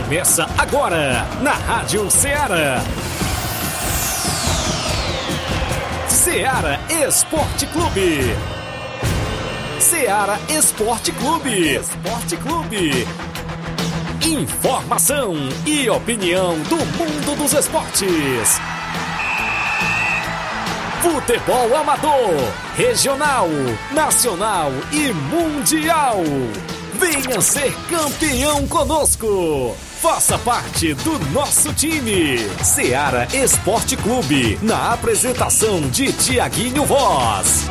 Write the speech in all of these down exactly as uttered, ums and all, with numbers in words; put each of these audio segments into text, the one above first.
Começa agora na Rádio Ceará. Ceará Esporte Clube. Ceará Esporte Clube. Esporte Clube. Informação e opinião do mundo dos esportes. Futebol amador, regional, nacional e mundial. Venha ser campeão conosco. Faça parte do nosso time. Ceará Esporte Clube, na apresentação de Tiaguinho Voz.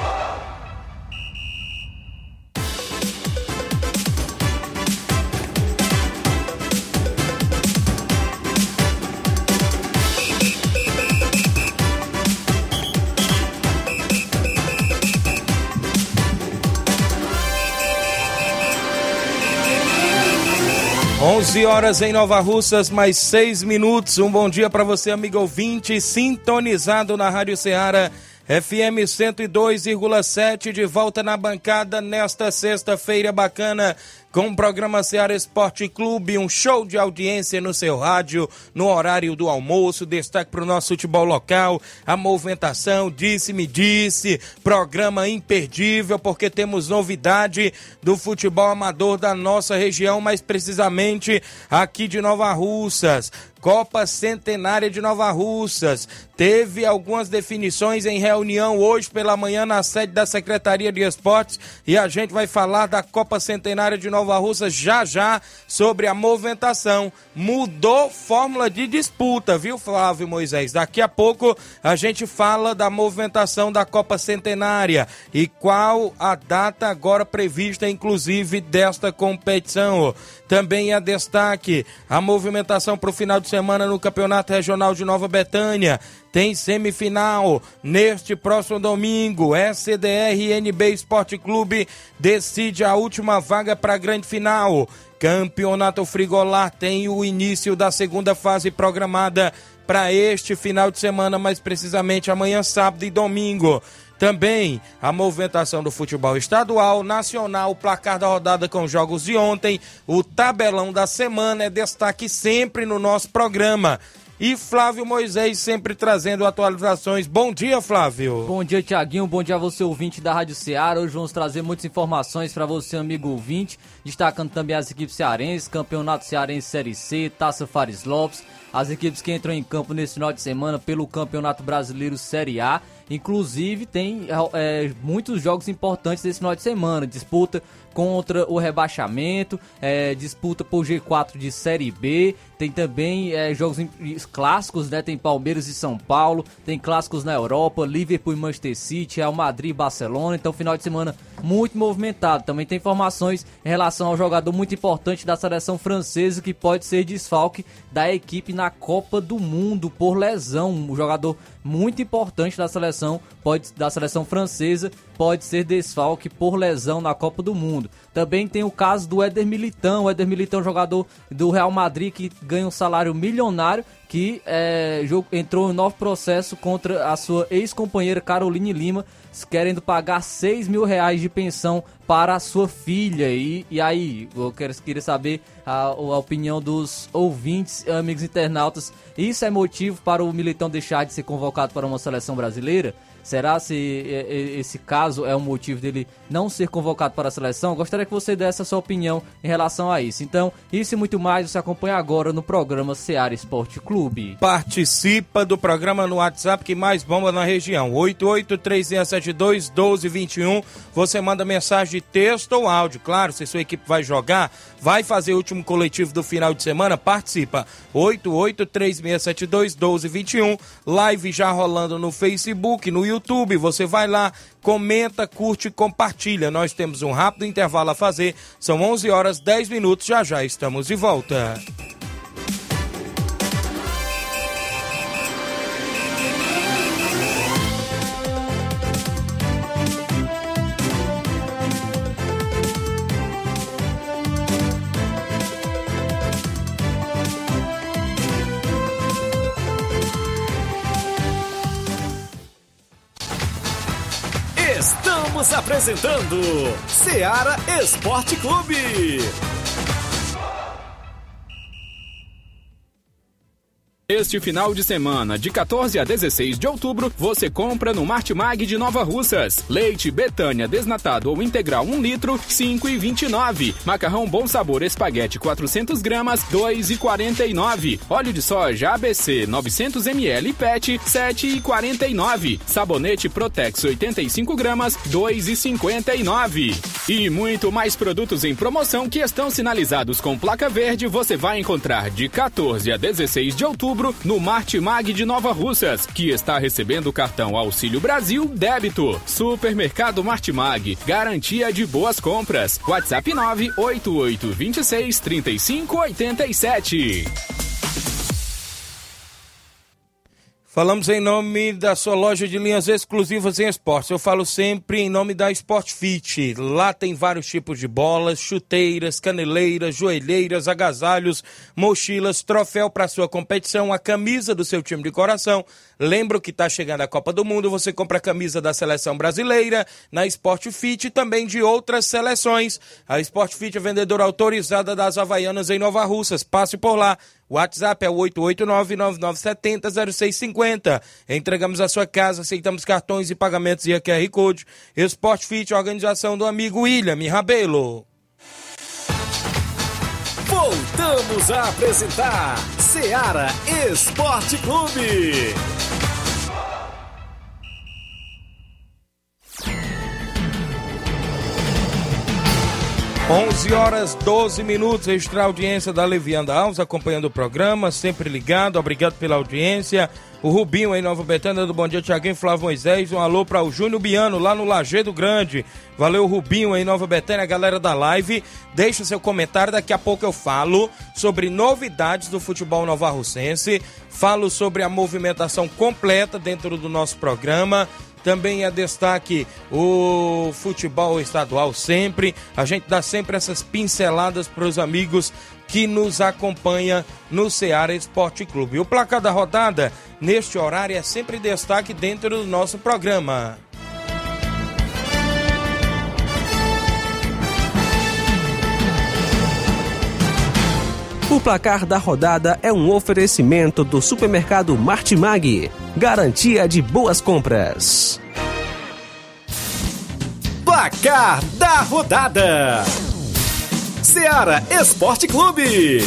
onze horas em Nova Russas, mais seis minutos. Um bom dia para você, amigo ouvinte, sintonizado na Rádio Ceará F M cento e dois vírgula sete, de volta na bancada nesta sexta-feira bacana, com o programa Ceará Esporte Clube, um show de audiência no seu rádio, no horário do almoço. Destaque para o nosso futebol local, a movimentação, disse-me disse, programa imperdível, porque temos novidade do futebol amador da nossa região, mais precisamente aqui de Nova Russas. Copa Centenária de Nova Russas. Teve algumas definições em reunião hoje pela manhã na sede da Secretaria de Esportes e a gente vai falar da Copa Centenária de Nova Russas já já, sobre a movimentação. Mudou fórmula de disputa, viu, Flávio Moisés? Daqui a pouco a gente fala da movimentação da Copa Centenária e qual a data agora prevista, inclusive, desta competição. Também é destaque a movimentação para o final de semana no Campeonato Regional de Nova Betânia. Tem semifinal neste próximo domingo. S C D R e N B Esporte Clube decide a última vaga para a grande final. Campeonato Frigolar tem o início da segunda fase programada para este final de semana, mais precisamente amanhã, sábado e domingo. Também a movimentação do futebol estadual, nacional, o placar da rodada com os jogos de ontem, o tabelão da semana é destaque sempre no nosso programa. E Flávio Moisés sempre trazendo atualizações. Bom dia, Flávio. Bom dia, Tiaguinho. Bom dia a você, ouvinte da Rádio Ceará. Hoje vamos trazer muitas informações para você, amigo ouvinte, destacando também as equipes cearenses, Campeonato Cearense Série C, Taça Fares Lopes, as equipes que entram em campo nesse final de semana pelo Campeonato Brasileiro Série A. Inclusive tem é, muitos jogos importantes desse final de semana, disputa contra o rebaixamento, é, disputa por G quatro de Série B, tem também é, jogos clássicos, né? Tem Palmeiras e São Paulo, tem clássicos na Europa, Liverpool e Manchester City, Real Madrid e Barcelona. Então final de semana muito movimentado. Também tem informações em relação ao jogador muito importante da seleção francesa que pode ser desfalque da equipe na Copa do Mundo por lesão. Um jogador muito importante da seleção, pode, da seleção francesa pode ser desfalque por lesão na Copa do Mundo. Também tem o caso do Éder Militão. O Éder Militão, jogador do Real Madrid, que ganha um salário milionário, que é, entrou em um novo processo contra a sua ex-companheira Caroline Lima, querendo pagar seis mil reais de pensão para a sua filha. E, e aí, eu quero, queria saber a, a opinião dos ouvintes, amigos internautas. Isso é motivo para o Militão deixar de ser convocado para uma seleção brasileira? Será se esse caso é um motivo dele não ser convocado para a seleção? Gostaria que você desse a sua opinião em relação a isso. Então, isso e muito mais você acompanha agora no programa Ceará Esporte Clube. Participa do programa no WhatsApp que mais bomba na região, oito oito três seis sete dois um dois dois um. Você manda mensagem de texto ou áudio. Claro, se sua equipe vai jogar, vai fazer o último coletivo do final de semana, participa. oito oito três seis sete dois um dois dois um. Live já rolando no Facebook, no YouTube. YouTube, você vai lá, comenta, curte e compartilha. Nós temos um rápido intervalo a fazer, são onze horas e dez minutos, já já estamos de volta. Estamos apresentando Ceará Esporte Clube. Este final de semana, de quatorze a dezesseis de outubro, você compra no Martimag de Nova Russas. Leite Betânia desnatado ou integral um litro, cinco reais e vinte e nove centavos. Macarrão Bom Sabor espaguete quatrocentas gramas, dois reais e quarenta e nove centavos. Óleo de soja A B C novecentos mililitros P E T, sete reais e quarenta e nove centavos. Sabonete Protex oitenta e cinco gramas, dois reais e cinquenta e nove centavos. E muito mais produtos em promoção que estão sinalizados com placa verde você vai encontrar de quatorze a dezesseis de outubro no Martimag de Nova Russas, que está recebendo o cartão Auxílio Brasil Débito. Supermercado Martimag, garantia de boas compras. WhatsApp nove oito oito dois seis três cinco oito sete. Falamos em nome da sua loja de linhas exclusivas em esportes. Eu falo sempre em nome da Sport Fit. Lá tem vários tipos de bolas, chuteiras, caneleiras, joelheiras, agasalhos, mochilas, troféu para sua competição, a camisa do seu time de coração. Lembro que está chegando a Copa do Mundo, você compra a camisa da seleção brasileira na Sport Fit e também de outras seleções. A Sport Fit é vendedora autorizada das Havaianas em Nova Russas. Passe por lá. O WhatsApp é o oito oito nove, nove nove sete zero, zero seis cinco zero. Entregamos a sua casa, aceitamos cartões e pagamentos e Q R Code. Sport Fit, organização do amigo William Rabelo. Voltamos a apresentar Seara Esporte Clube. onze horas e doze minutos, extra audiência da Levianda Alves, acompanhando o programa, sempre ligado, obrigado pela audiência. O Rubinho em Nova Betânia, do Bom Dia Tiaguinho, Flávio Moisés, um alô para o Júnior Biano, lá no Lajeado Grande. Valeu, Rubinho em Nova Betânia, a galera da live. Deixa seu comentário, daqui a pouco eu falo sobre novidades do futebol novarrocense, falo sobre a movimentação completa dentro do nosso programa. Também é destaque o futebol estadual sempre. A gente dá sempre essas pinceladas para os amigos que nos acompanham no Ceará Esporte Clube. O placar da rodada, neste horário, é sempre destaque dentro do nosso programa. O placar da rodada é um oferecimento do supermercado Martimag. Garantia de boas compras. Placar da rodada: Ceará Esporte Clube.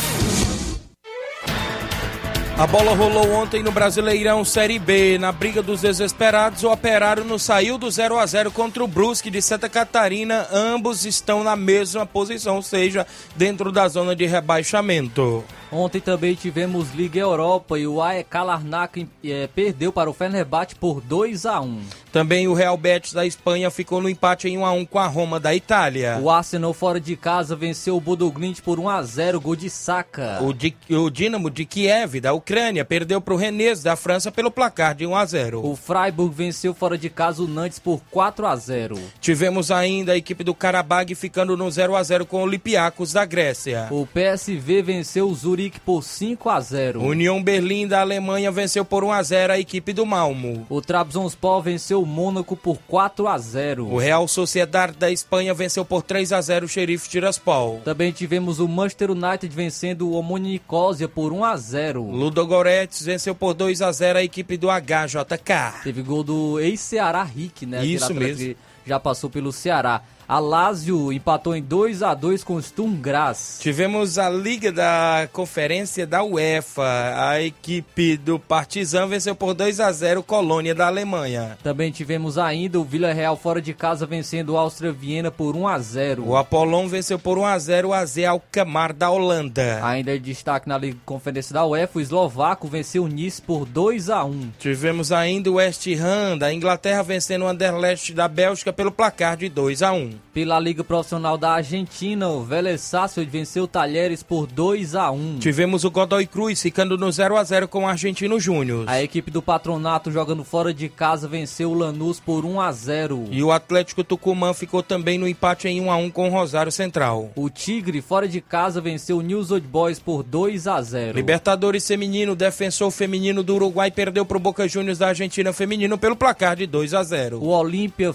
A bola rolou ontem no Brasileirão Série B. Na briga dos desesperados, o Operário não saiu do zero a zero contra o Brusque de Santa Catarina. Ambos estão na mesma posição, ou seja, dentro da zona de rebaixamento. Ontem também tivemos Liga Europa e o A E K Larnaca eh, perdeu para o Fenerbahçe por dois a um. Também o Real Betis da Espanha ficou no empate em um a um com a Roma da Itália. O Arsenal fora de casa venceu o Bodo Glimt por um a zero, gol de Saka. O, di, o Dinamo de Kiev da Ucrânia perdeu para o Rennes da França pelo placar de um a zero. O Freiburg venceu fora de casa o Nantes por quatro a zero. Tivemos ainda a equipe do Karabag ficando no zero a zero com o Olympiacos da Grécia. O P S V venceu o Zurique por cinco a zero. União Berlim da Alemanha venceu por um a zero a equipe do Malmo. O Trabzonspor venceu o Mônaco por quatro a zero. O Real Sociedade da Espanha venceu por três a zero o Xerife Tiraspol. Também tivemos o Manchester United vencendo o Omonia Nicosia por um a zero. Ludogorets venceu por dois a zero a equipe do H J K. Teve gol do ex-Ceará Rick, né? Isso mesmo. Já passou pelo Ceará. A Lazio empatou em dois a dois com o Sturm Graz. Tivemos a Liga da Conferência da UEFA. A equipe do Partizan venceu por dois a zero Colônia da Alemanha. Também tivemos ainda o Villarreal fora de casa vencendo o Áustria Viena por um a zero. O Apollon venceu por um a zero o A Z Alkmaar da Holanda. Ainda de destaque na Liga Conferência da UEFA, o eslovaco venceu o Nice por dois a um. Tivemos ainda o West Ham da Inglaterra vencendo o Anderlecht da Bélgica pelo placar de dois a um. Pela Liga Profissional da Argentina, o Vélez Sarsfield venceu o Talheres por dois a um. Tivemos o Godoy Cruz ficando no zero a zero com o Argentino Júnior. A equipe do Patronato jogando fora de casa venceu o Lanús por um a zero. E o Atlético Tucumã ficou também no empate em um a um com o Rosário Central. O Tigre fora de casa venceu o News Old Boys por dois a zero. Libertadores Feminino, Defensor Feminino do Uruguai perdeu para o Boca Juniors da Argentina Feminino pelo placar de dois a zero. O Olímpia Feminino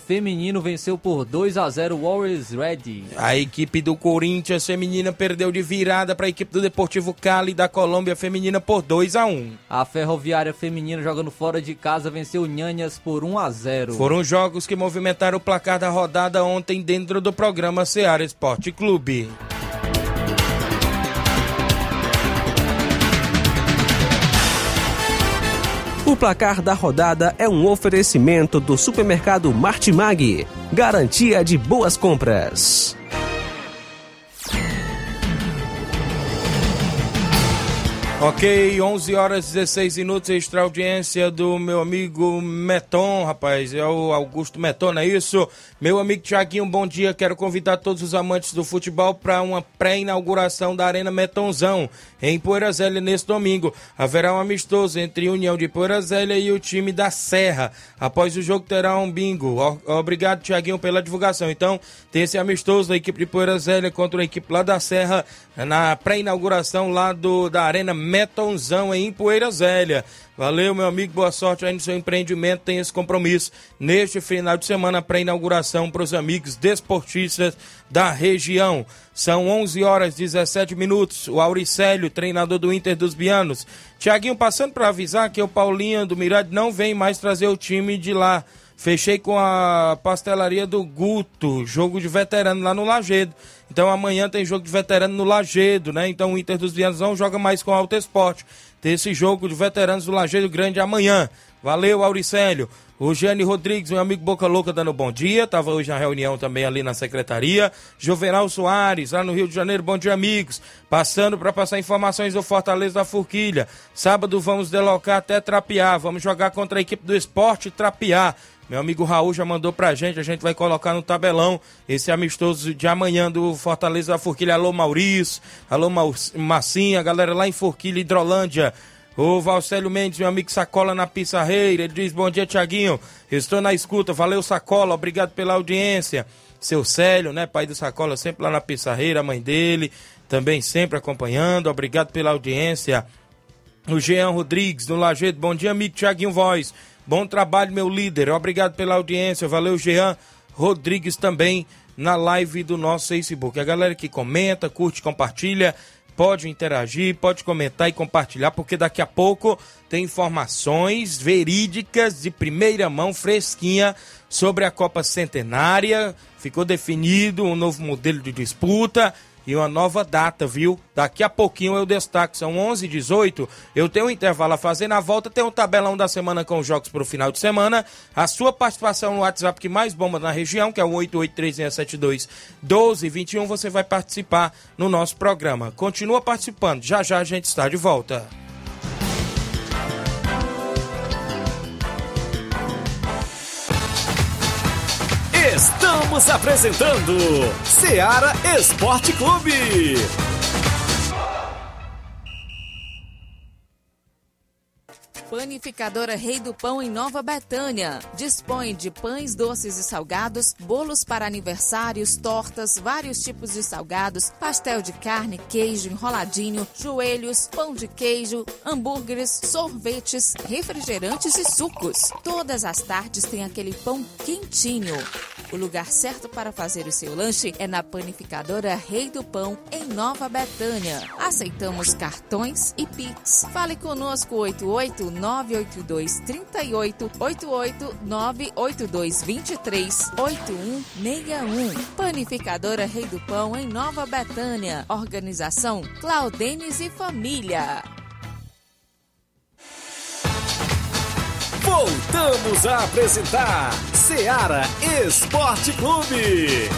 feminino venceu por dois a zero o Always Ready. A equipe do Corinthians feminina perdeu de virada para a equipe do Deportivo Cali da Colômbia feminina por dois a um. A Ferroviária feminina jogando fora de casa venceu o Nhanhas por um a zero. Foram jogos que movimentaram o placar da rodada ontem dentro do programa Ceará Esporte Clube. O placar da rodada é um oferecimento do supermercado Martimag. Garantia de boas compras. Ok, onze horas e dezesseis minutos, extra audiência do meu amigo Meton, rapaz, é o Augusto Meton, não é isso? Meu amigo Tiaguinho, bom dia, quero convidar todos os amantes do futebol para uma pré-inauguração da Arena Metonzão, em Poeira Zélia, nesse domingo. Haverá um amistoso entre a União de Poeira Zélia e o time da Serra. Após o jogo terá um bingo. Obrigado, Tiaguinho, pela divulgação. Então, tem esse amistoso da equipe de Poeira Zélia contra a equipe lá da Serra, na pré-inauguração lá do, da Arena Metonzão em Poeira Zélia. Valeu, meu amigo, boa sorte aí no seu empreendimento, tem esse compromisso neste final de semana, pré-inauguração para os amigos desportistas da região. São onze horas e dezessete minutos, o Auricélio, treinador do Inter dos Bianos. Tiaguinho, passando para avisar que o Paulinho do Mirade não vem mais trazer o time de lá. Fechei com a pastelaria do Guto, jogo de veterano lá no Lagedo. Então amanhã tem jogo de veterano no Lagedo, né? Então o Inter dos Bianos não joga mais com o Alto Esporte. Tem esse jogo de veteranos do Lagedo Grande amanhã. Valeu, Auricélio. O Gianni Rodrigues, meu amigo Boca Louca, dando bom dia. Estava hoje na reunião também ali na secretaria. Juvenal Soares, lá no Rio de Janeiro, bom dia, amigos. Passando para passar informações do Fortaleza da Forquilha. Sábado vamos deslocar até Trapiá. Vamos jogar contra a equipe do Esporte Trapiá. Meu amigo Raul já mandou pra gente, a gente vai colocar no tabelão esse amistoso de amanhã do Fortaleza da Forquilha. Alô, Maurício, alô, Massinha, galera lá em Forquilha, Hidrolândia. O Valcélio Mendes, meu amigo Sacola na Pissarreira, ele diz, bom dia, Tiaguinho, estou na escuta, valeu, Sacola, obrigado pela audiência. Seu Célio, né, pai do Sacola, sempre lá na Pissarreira, a mãe dele, também sempre acompanhando, obrigado pela audiência. O Jean Rodrigues, no Lajeado, bom dia, amigo Tiaguinho Voz. Bom trabalho, meu líder. Obrigado pela audiência. Valeu, Jean Rodrigues, também na live do nosso Facebook. A galera que comenta, curte, compartilha, pode interagir, pode comentar e compartilhar, porque daqui a pouco tem informações verídicas de primeira mão, fresquinha, sobre a Copa Centenária. Ficou definido um novo modelo de disputa e uma nova data, viu? Daqui a pouquinho eu destaco, são onze e dezoito, eu tenho um intervalo a fazer, na volta tem um tabelão da semana com os jogos para o final de semana, a sua participação no WhatsApp que mais bomba na região, que é o oito oito três seis sete dois um dois dois um, você vai participar no nosso programa. Continua participando, já já a gente está de volta. Estamos apresentando Ceará Esporte Clube. Panificadora Rei do Pão em Nova Betânia. Dispõe de pães doces e salgados, bolos para aniversários, tortas, vários tipos de salgados, pastel de carne, queijo, enroladinho, joelhos, pão de queijo, hambúrgueres, sorvetes, refrigerantes e sucos. Todas as tardes tem aquele pão quentinho. O lugar certo para fazer o seu lanche é na Panificadora Rei do Pão, em Nova Betânia. Aceitamos cartões e Pix. Fale conosco oito oito nove oito dois três oito, oito oito nove oito dois dois três, oito um seis um. Panificadora Rei do Pão, em Nova Betânia. Organização Claudenes e Família. Voltamos a apresentar Ceará Esporte Clube.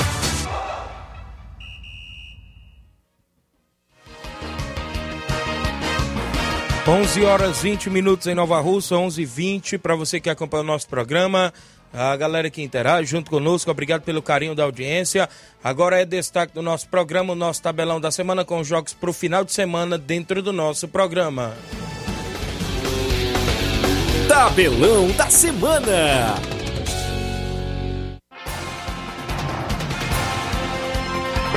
onze horas e vinte minutos em Nova Russa, onze e vinte, para você que acompanha o nosso programa, a galera que interage junto conosco, obrigado pelo carinho da audiência. Agora é destaque do nosso programa, o nosso tabelão da semana com jogos para o final de semana dentro do nosso programa. Tabelão da semana.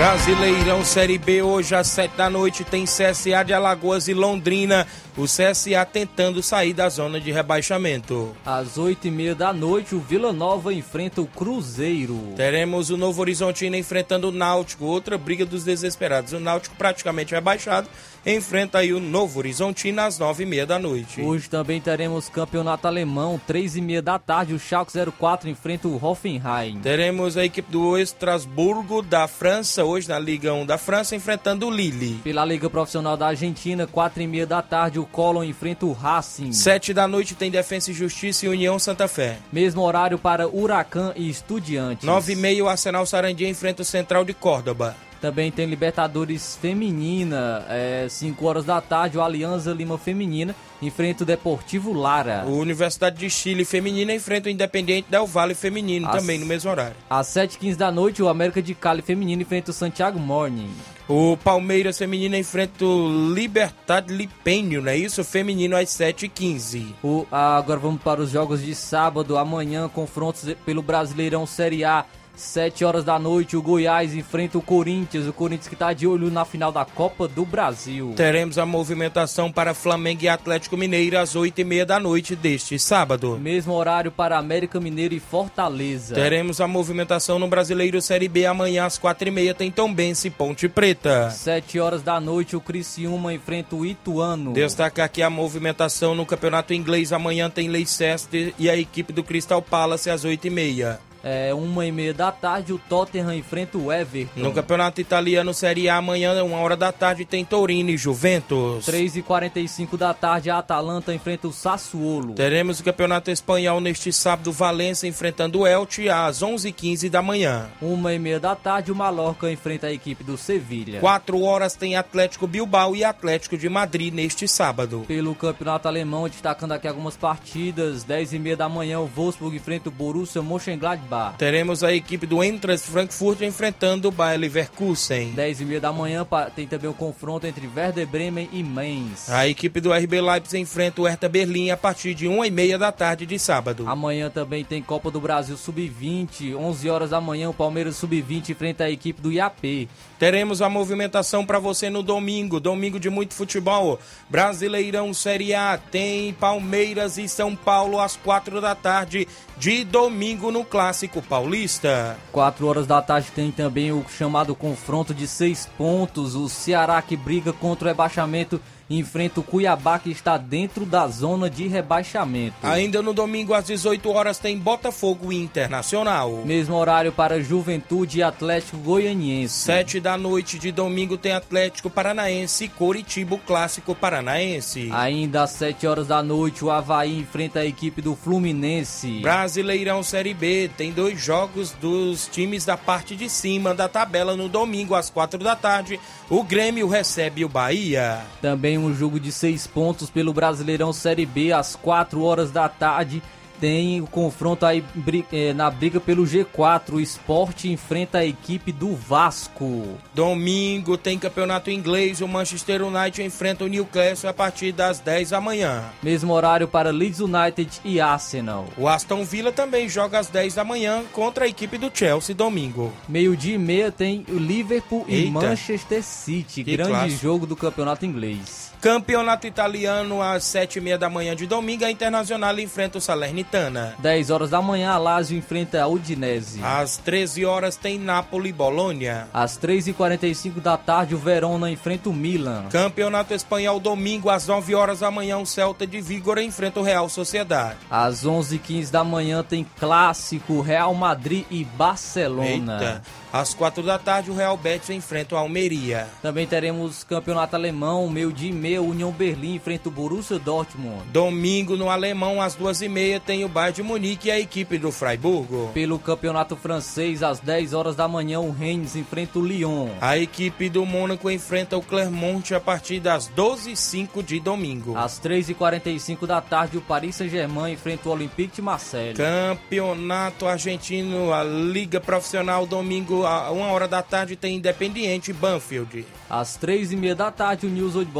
Brasileirão Série B, hoje às sete da noite tem C S A de Alagoas e Londrina. O C S A tentando sair da zona de rebaixamento. Às oito e meia da noite, o Vila Nova enfrenta o Cruzeiro. Teremos o Novo Horizontino enfrentando o Náutico, outra briga dos desesperados. O Náutico praticamente rebaixado, enfrenta aí o Novo Horizontino às nove e meia da noite. Hoje também teremos campeonato alemão, três e meia da tarde, o Schalke zero quatro enfrenta o Hoffenheim. Teremos a equipe do Estrasburgo da França, hoje na Liga um da França, enfrentando o Lille. Pela Liga Profissional da Argentina, quatro e meia da tarde, o Colón enfrenta o Racing. Sete da noite tem Defensa e Justiça e União Santa Fé. Mesmo horário para Huracan e Estudiantes. Nove e meia, o Arsenal Sarandí enfrenta o Central de Córdoba. Também tem Libertadores Feminina, é, cinco horas da tarde, o Alianza Lima Feminina enfrenta o Deportivo Lara. O Universidade de Chile Feminina enfrenta o Independiente Del Valle Feminino, As... também no mesmo horário. Às sete e quinze da noite, o América de Cali Feminino enfrenta o Santiago Morning. O Palmeiras Feminino enfrenta o Libertad Lipenho, não é isso? Feminino às sete e quinze. O, agora vamos para os jogos de sábado. Amanhã, confrontos pelo Brasileirão Série A. sete horas da noite, o Goiás enfrenta o Corinthians. O Corinthians que está de olho na final da Copa do Brasil. Teremos a movimentação para Flamengo e Atlético Mineiro às oito e meia da noite deste sábado. Mesmo horário para América Mineiro e Fortaleza. Teremos a movimentação no Brasileiro Série B. Amanhã às quatro e meia tem Tombense e Ponte Preta. sete horas da noite, o Criciúma enfrenta o Ituano. Destacar aqui a movimentação no Campeonato Inglês. Amanhã tem Leicester e a equipe do Crystal Palace às oito e meia. É, uma e meia da tarde, o Tottenham enfrenta o Everton. No Campeonato Italiano Série A, amanhã, uma hora da tarde, tem Torino e Juventus. três e quarenta e cinco da tarde, a Atalanta enfrenta o Sassuolo. Teremos o Campeonato Espanhol neste sábado, Valência enfrentando o Elche às onze e quinze da manhã. uma e meia da tarde, o Mallorca enfrenta a equipe do Sevilha. quatro horas tem Atlético Bilbao e Atlético de Madrid neste sábado. Pelo Campeonato Alemão, destacando aqui algumas partidas, dez e meia da manhã, o Wolfsburg enfrenta o Borussia Mönchengladbach. Teremos a equipe do Eintracht Frankfurt enfrentando o Bayer Leverkusen. dez e meia da manhã tem também o confronto entre Werder Bremen e Mainz. A equipe do R B Leipzig enfrenta o Hertha Berlim a partir de uma e meia da tarde de sábado. Amanhã também tem Copa do Brasil sub vinte, onze horas da manhã, o Palmeiras sub vinte enfrenta a equipe do I A P. Teremos a movimentação para você no domingo, domingo de muito futebol. Brasileirão Série A tem Palmeiras e São Paulo às quatro da tarde de domingo no Clássico Paulista. quatro horas da tarde tem também o chamado confronto de seis pontos. O Ceará, que briga contra o rebaixamento, enfrenta o Cuiabá, que está dentro da zona de rebaixamento. Ainda no domingo às dezoito horas tem Botafogo e Internacional. Mesmo horário para Juventude e Atlético Goianiense. Sete da noite de domingo tem Atlético Paranaense e Coritiba, Clássico Paranaense. Ainda às sete horas da noite, o Avaí enfrenta a equipe do Fluminense. Brasileirão Série B tem dois jogos dos times da parte de cima da tabela no domingo às quatro da tarde. O Grêmio recebe o Bahia. Também um jogo de seis pontos pelo Brasileirão Série B às quatro horas da tarde. Tem o confronto aí na briga pelo G quatro. O Sport enfrenta a equipe do Vasco. Domingo tem campeonato inglês. O Manchester United enfrenta o Newcastle a partir das dez da manhã. Mesmo horário para Leeds United e Arsenal. O Aston Villa também joga às dez da manhã contra a equipe do Chelsea domingo. Meio-dia e meia tem o Liverpool Eita. e Manchester City. Que grande clássico. Jogo do campeonato inglês. Campeonato italiano às sete e meia da manhã de domingo. A Internacional enfrenta o Salernitana. dez horas da manhã, a Lazio enfrenta a Udinese. Às treze horas tem Napoli e Bolonha. Às três e quarenta e cinco da tarde, o Verona enfrenta o Milan. Campeonato espanhol domingo às nove horas da manhã. O Celta de Vigo enfrenta o Real Sociedade. Às onze e quinze da manhã tem clássico Real Madrid e Barcelona. Eita. Às quatro da tarde, o Real Betis enfrenta o Almeria. Também teremos campeonato alemão, meio-dia e meia, União Berlim enfrenta o Borussia Dortmund. Domingo, no Alemão, às duas e meia, tem o Bayern de Munique e a equipe do Freiburgo. Pelo campeonato francês, às dez horas da manhã, o Rennes enfrenta o Lyon. A equipe do Mônaco enfrenta o Clermont a partir das doze e cinco de domingo. Às três e quarenta e cinco da tarde, o Paris Saint-Germain enfrenta o Olympique de Marseille. Campeonato argentino, a Liga Profissional, domingo, a uma hora da tarde, tem Independiente e Banfield. Às três e meia da tarde, o News Old Boys enfrenta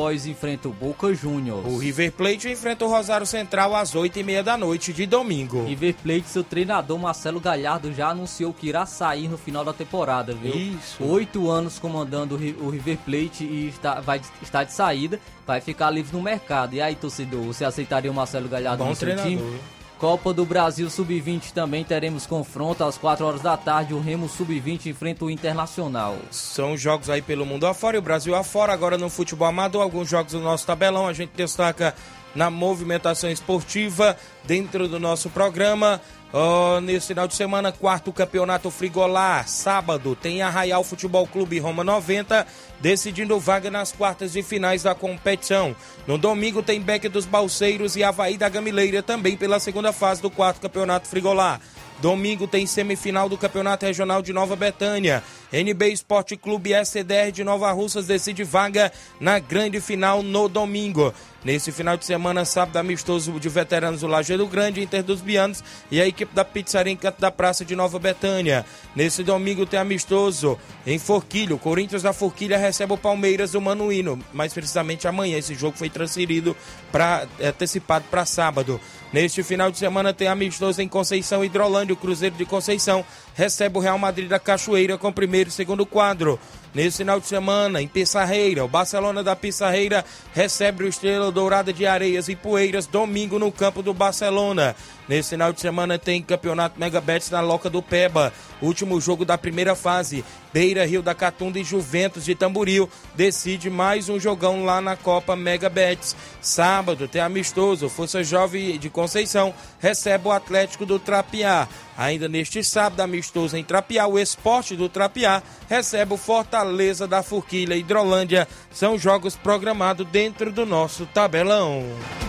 enfrenta o Boca Juniors. O River Plate enfrenta o Rosário Central às oito e meia da noite de domingo. River Plate, seu treinador Marcelo Galhardo já anunciou que irá sair no final da temporada, viu? Isso. Oito anos comandando o River Plate e está, vai estar de saída, vai ficar livre no mercado. E aí, torcedor, você aceitaria o Marcelo Galhardo Bom no seu treinador. time? Copa do Brasil sub vinte também teremos confronto às quatro horas da tarde. O Remo sub vinte enfrenta o Internacional. São jogos aí pelo mundo afora e o Brasil afora. Agora no futebol amador, alguns jogos do nosso tabelão. A gente destaca na movimentação esportiva dentro do nosso programa. Oh, nesse final de semana, quarto campeonato Frigolar. Sábado tem Arraial Futebol Clube Roma noventa, decidindo vaga nas quartas de finais da competição. No domingo tem Beck dos Balseiros e Avaí da Gamileira, também pela segunda fase do quarto campeonato Frigolar. Domingo tem semifinal do Campeonato Regional de Nova Betânia. N B Esporte Clube S C D R de Nova Russas decide vaga na grande final no domingo. Nesse final de semana, sábado, amistoso de veteranos do Lajeado Grande, Inter dos Bianos e a equipe da Pizzaria Encanto da Praça de Nova Betânia. Nesse domingo tem amistoso em Forquilha. O Corinthians da Forquilha recebe o Palmeiras do Manuíno. Mais precisamente amanhã, esse jogo foi transferido, pra, antecipado para sábado. Neste final de semana tem amistoso em Conceição Hidrolândia. O Cruzeiro de Conceição recebe o Real Madrid da Cachoeira com primeiro e segundo quadro. Nesse final de semana, em Pissarreira, o Barcelona da Pissarreira recebe o Estrela Dourada de Areias e Poeiras, domingo no campo do Barcelona. Nesse final de semana tem Campeonato Megabets na Loca do Peba. Último jogo da primeira fase, Beira Rio da Catunda e Juventus de Tamboril decide mais um jogão lá na Copa Megabets. Sábado tem amistoso, Força Jovem de Conceição recebe o Atlético do Trapiá. Ainda neste sábado, amistoso em Trapiá, o Esporte do Trapiá recebe o Fortaleza da Forquilha Hidrolândia. São jogos programados dentro do nosso tabelão.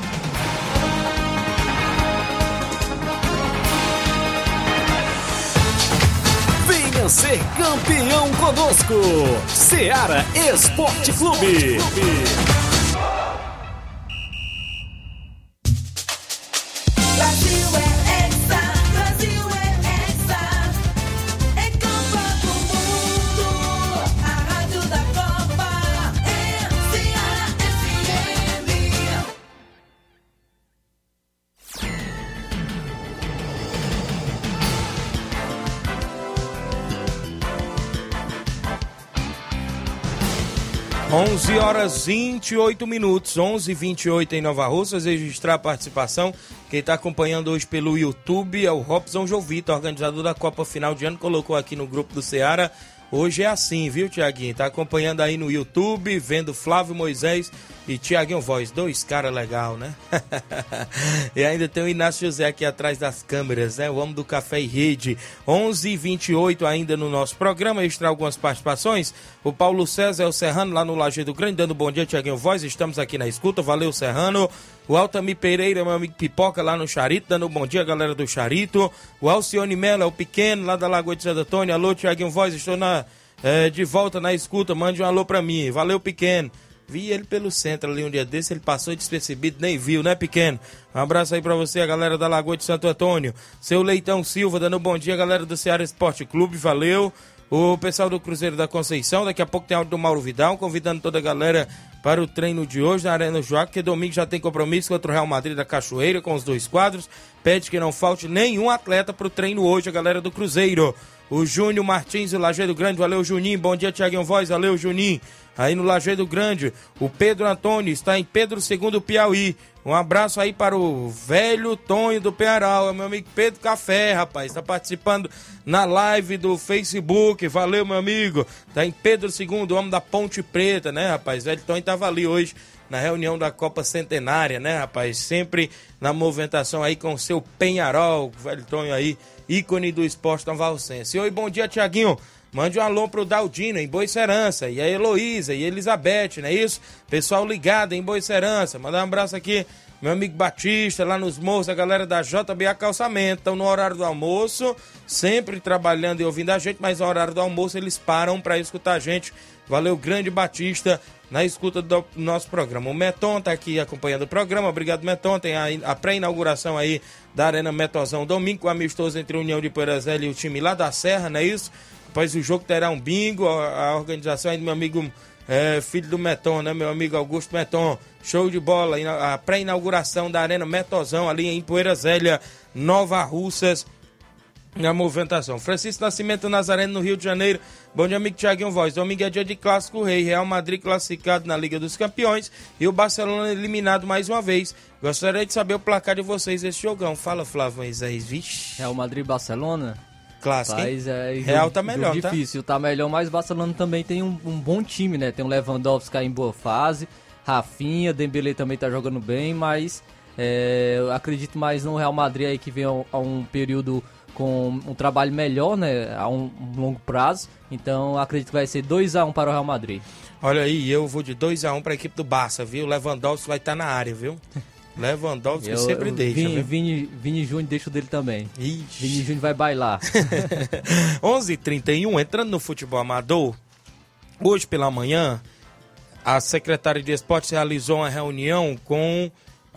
Venha ser campeão conosco, Ceará Esporte Clube. Brasil é hexa, Brasil é hexa, é Copa do Mundo, a rádio da Copa é Ceará F M. onze horas e vinte e oito minutos, onze e vinte e oito em Nova Russas. Registrar a participação. Quem está acompanhando hoje pelo YouTube é o Robson Jovita, organizador da Copa Final de Ano, colocou aqui no grupo do Ceará. Hoje é assim, viu, Tiaguinho? Tá acompanhando aí no YouTube, vendo Flávio Moisés e Tiaguinho Voz. Dois caras legais, né? E ainda tem o Inácio José aqui atrás das câmeras, né? O homem do Café e Rede. onze e vinte e oito ainda no nosso programa. Registrar algumas participações. O Paulo César é o Serrano lá no Lajeado Grande, dando bom dia, Tiaguinho Voz. Estamos aqui na escuta. Valeu, Serrano. O Altamir Pereira, meu amigo Pipoca lá no Charito, dando bom dia, galera do Charito. O Alcione Mello é o pequeno lá da Lagoa de Santo Antônio. Alô, Tiaguinho Voz, estou na, é, de volta na escuta, mande um alô pra mim. Valeu, pequeno. Vi ele pelo centro ali um dia desse, ele passou despercebido, nem viu, né, pequeno? Um abraço aí pra você, a galera da Lagoa de Santo Antônio. Seu Leitão Silva, dando bom dia, galera do Ceará Esporte Clube, valeu. O pessoal do Cruzeiro da Conceição, daqui a pouco tem áudio do Mauro Vidal, convidando toda a galera para o treino de hoje na Arena Joaquim, que domingo já tem compromisso contra o Real Madrid da Cachoeira, com os dois quadros. Pede que não falte nenhum atleta para o treino hoje, a galera do Cruzeiro. O Júnior Martins, o Lajeado Grande, valeu, Juninho. Bom dia, Tiaguinho Voz, valeu, Juninho. Aí no Lajeado Grande, o Pedro Antônio está em Pedro segundo Piauí. Um abraço aí para o velho Tonho do Pearal, meu amigo Pedro Café, rapaz, está participando na live do Facebook, valeu, meu amigo. Tá em Pedro segundo, homem da Ponte Preta, né, rapaz? Velho Tonho estava ali hoje na reunião da Copa Centenária, né, rapaz? Sempre na movimentação aí com o seu Penharol, velho Tonho aí, ícone do esporte novalcense. Oi, bom dia, Tiaguinho. Mande um alô pro Daldino, em Boicerança, e a Heloísa, e a Elizabeth, não é isso? Pessoal ligado em Boicerança. Mandar um abraço aqui, meu amigo Batista, lá nos morros, a galera da J B A Calçamento. Estão no horário do almoço, sempre trabalhando e ouvindo a gente, mas no horário do almoço eles param para escutar a gente. Valeu, grande Batista, na escuta do nosso programa. O Meton tá aqui acompanhando o programa, obrigado, Meton. Tem a, a pré-inauguração aí da Arena Metozão, domingo, amistoso entre a União de Poeirazela e o time lá da Serra, não é isso? Após o jogo terá um bingo, a, a organização aí do meu amigo é, filho do Meton, né, meu amigo Augusto Meton. Show de bola, a pré-inauguração da Arena Metozão ali em Poeira Zélia, Nova Russas, na movimentação. Francisco Nascimento Nazareno, no Rio de Janeiro. Bom dia, amigo Thiaguinho Voz. Domingo é dia de Clássico Rei. Real Madrid classificado na Liga dos Campeões e o Barcelona eliminado mais uma vez. Gostaria de saber o placar de vocês desse jogão. Fala, Flávio Moisés. Vixe. Real Madrid e Barcelona? Clássico, hein? Mas, é, Real tá melhor, tá? Difícil, tá melhor, mas o Barcelona também tem um, um bom time, né? Tem o Lewandowski em boa fase, Rafinha, Dembélé também tá jogando bem, mas é, eu acredito mais no Real Madrid aí que vem a, a um período com um trabalho melhor, né? A um, um longo prazo. Então acredito que vai ser dois a um para o Real Madrid. Olha aí, eu vou de dois a um para a equipe do Barça, viu? Lewandowski vai estar na área, viu? Lewandowski eu, sempre eu, deixa, Vini, viu? Vini, Vini Júnior deixa o dele também. Ixi. Vini Júnior vai bailar. onze e trinta e um, entrando no futebol amador, hoje pela manhã, a secretária de Esportes realizou uma reunião com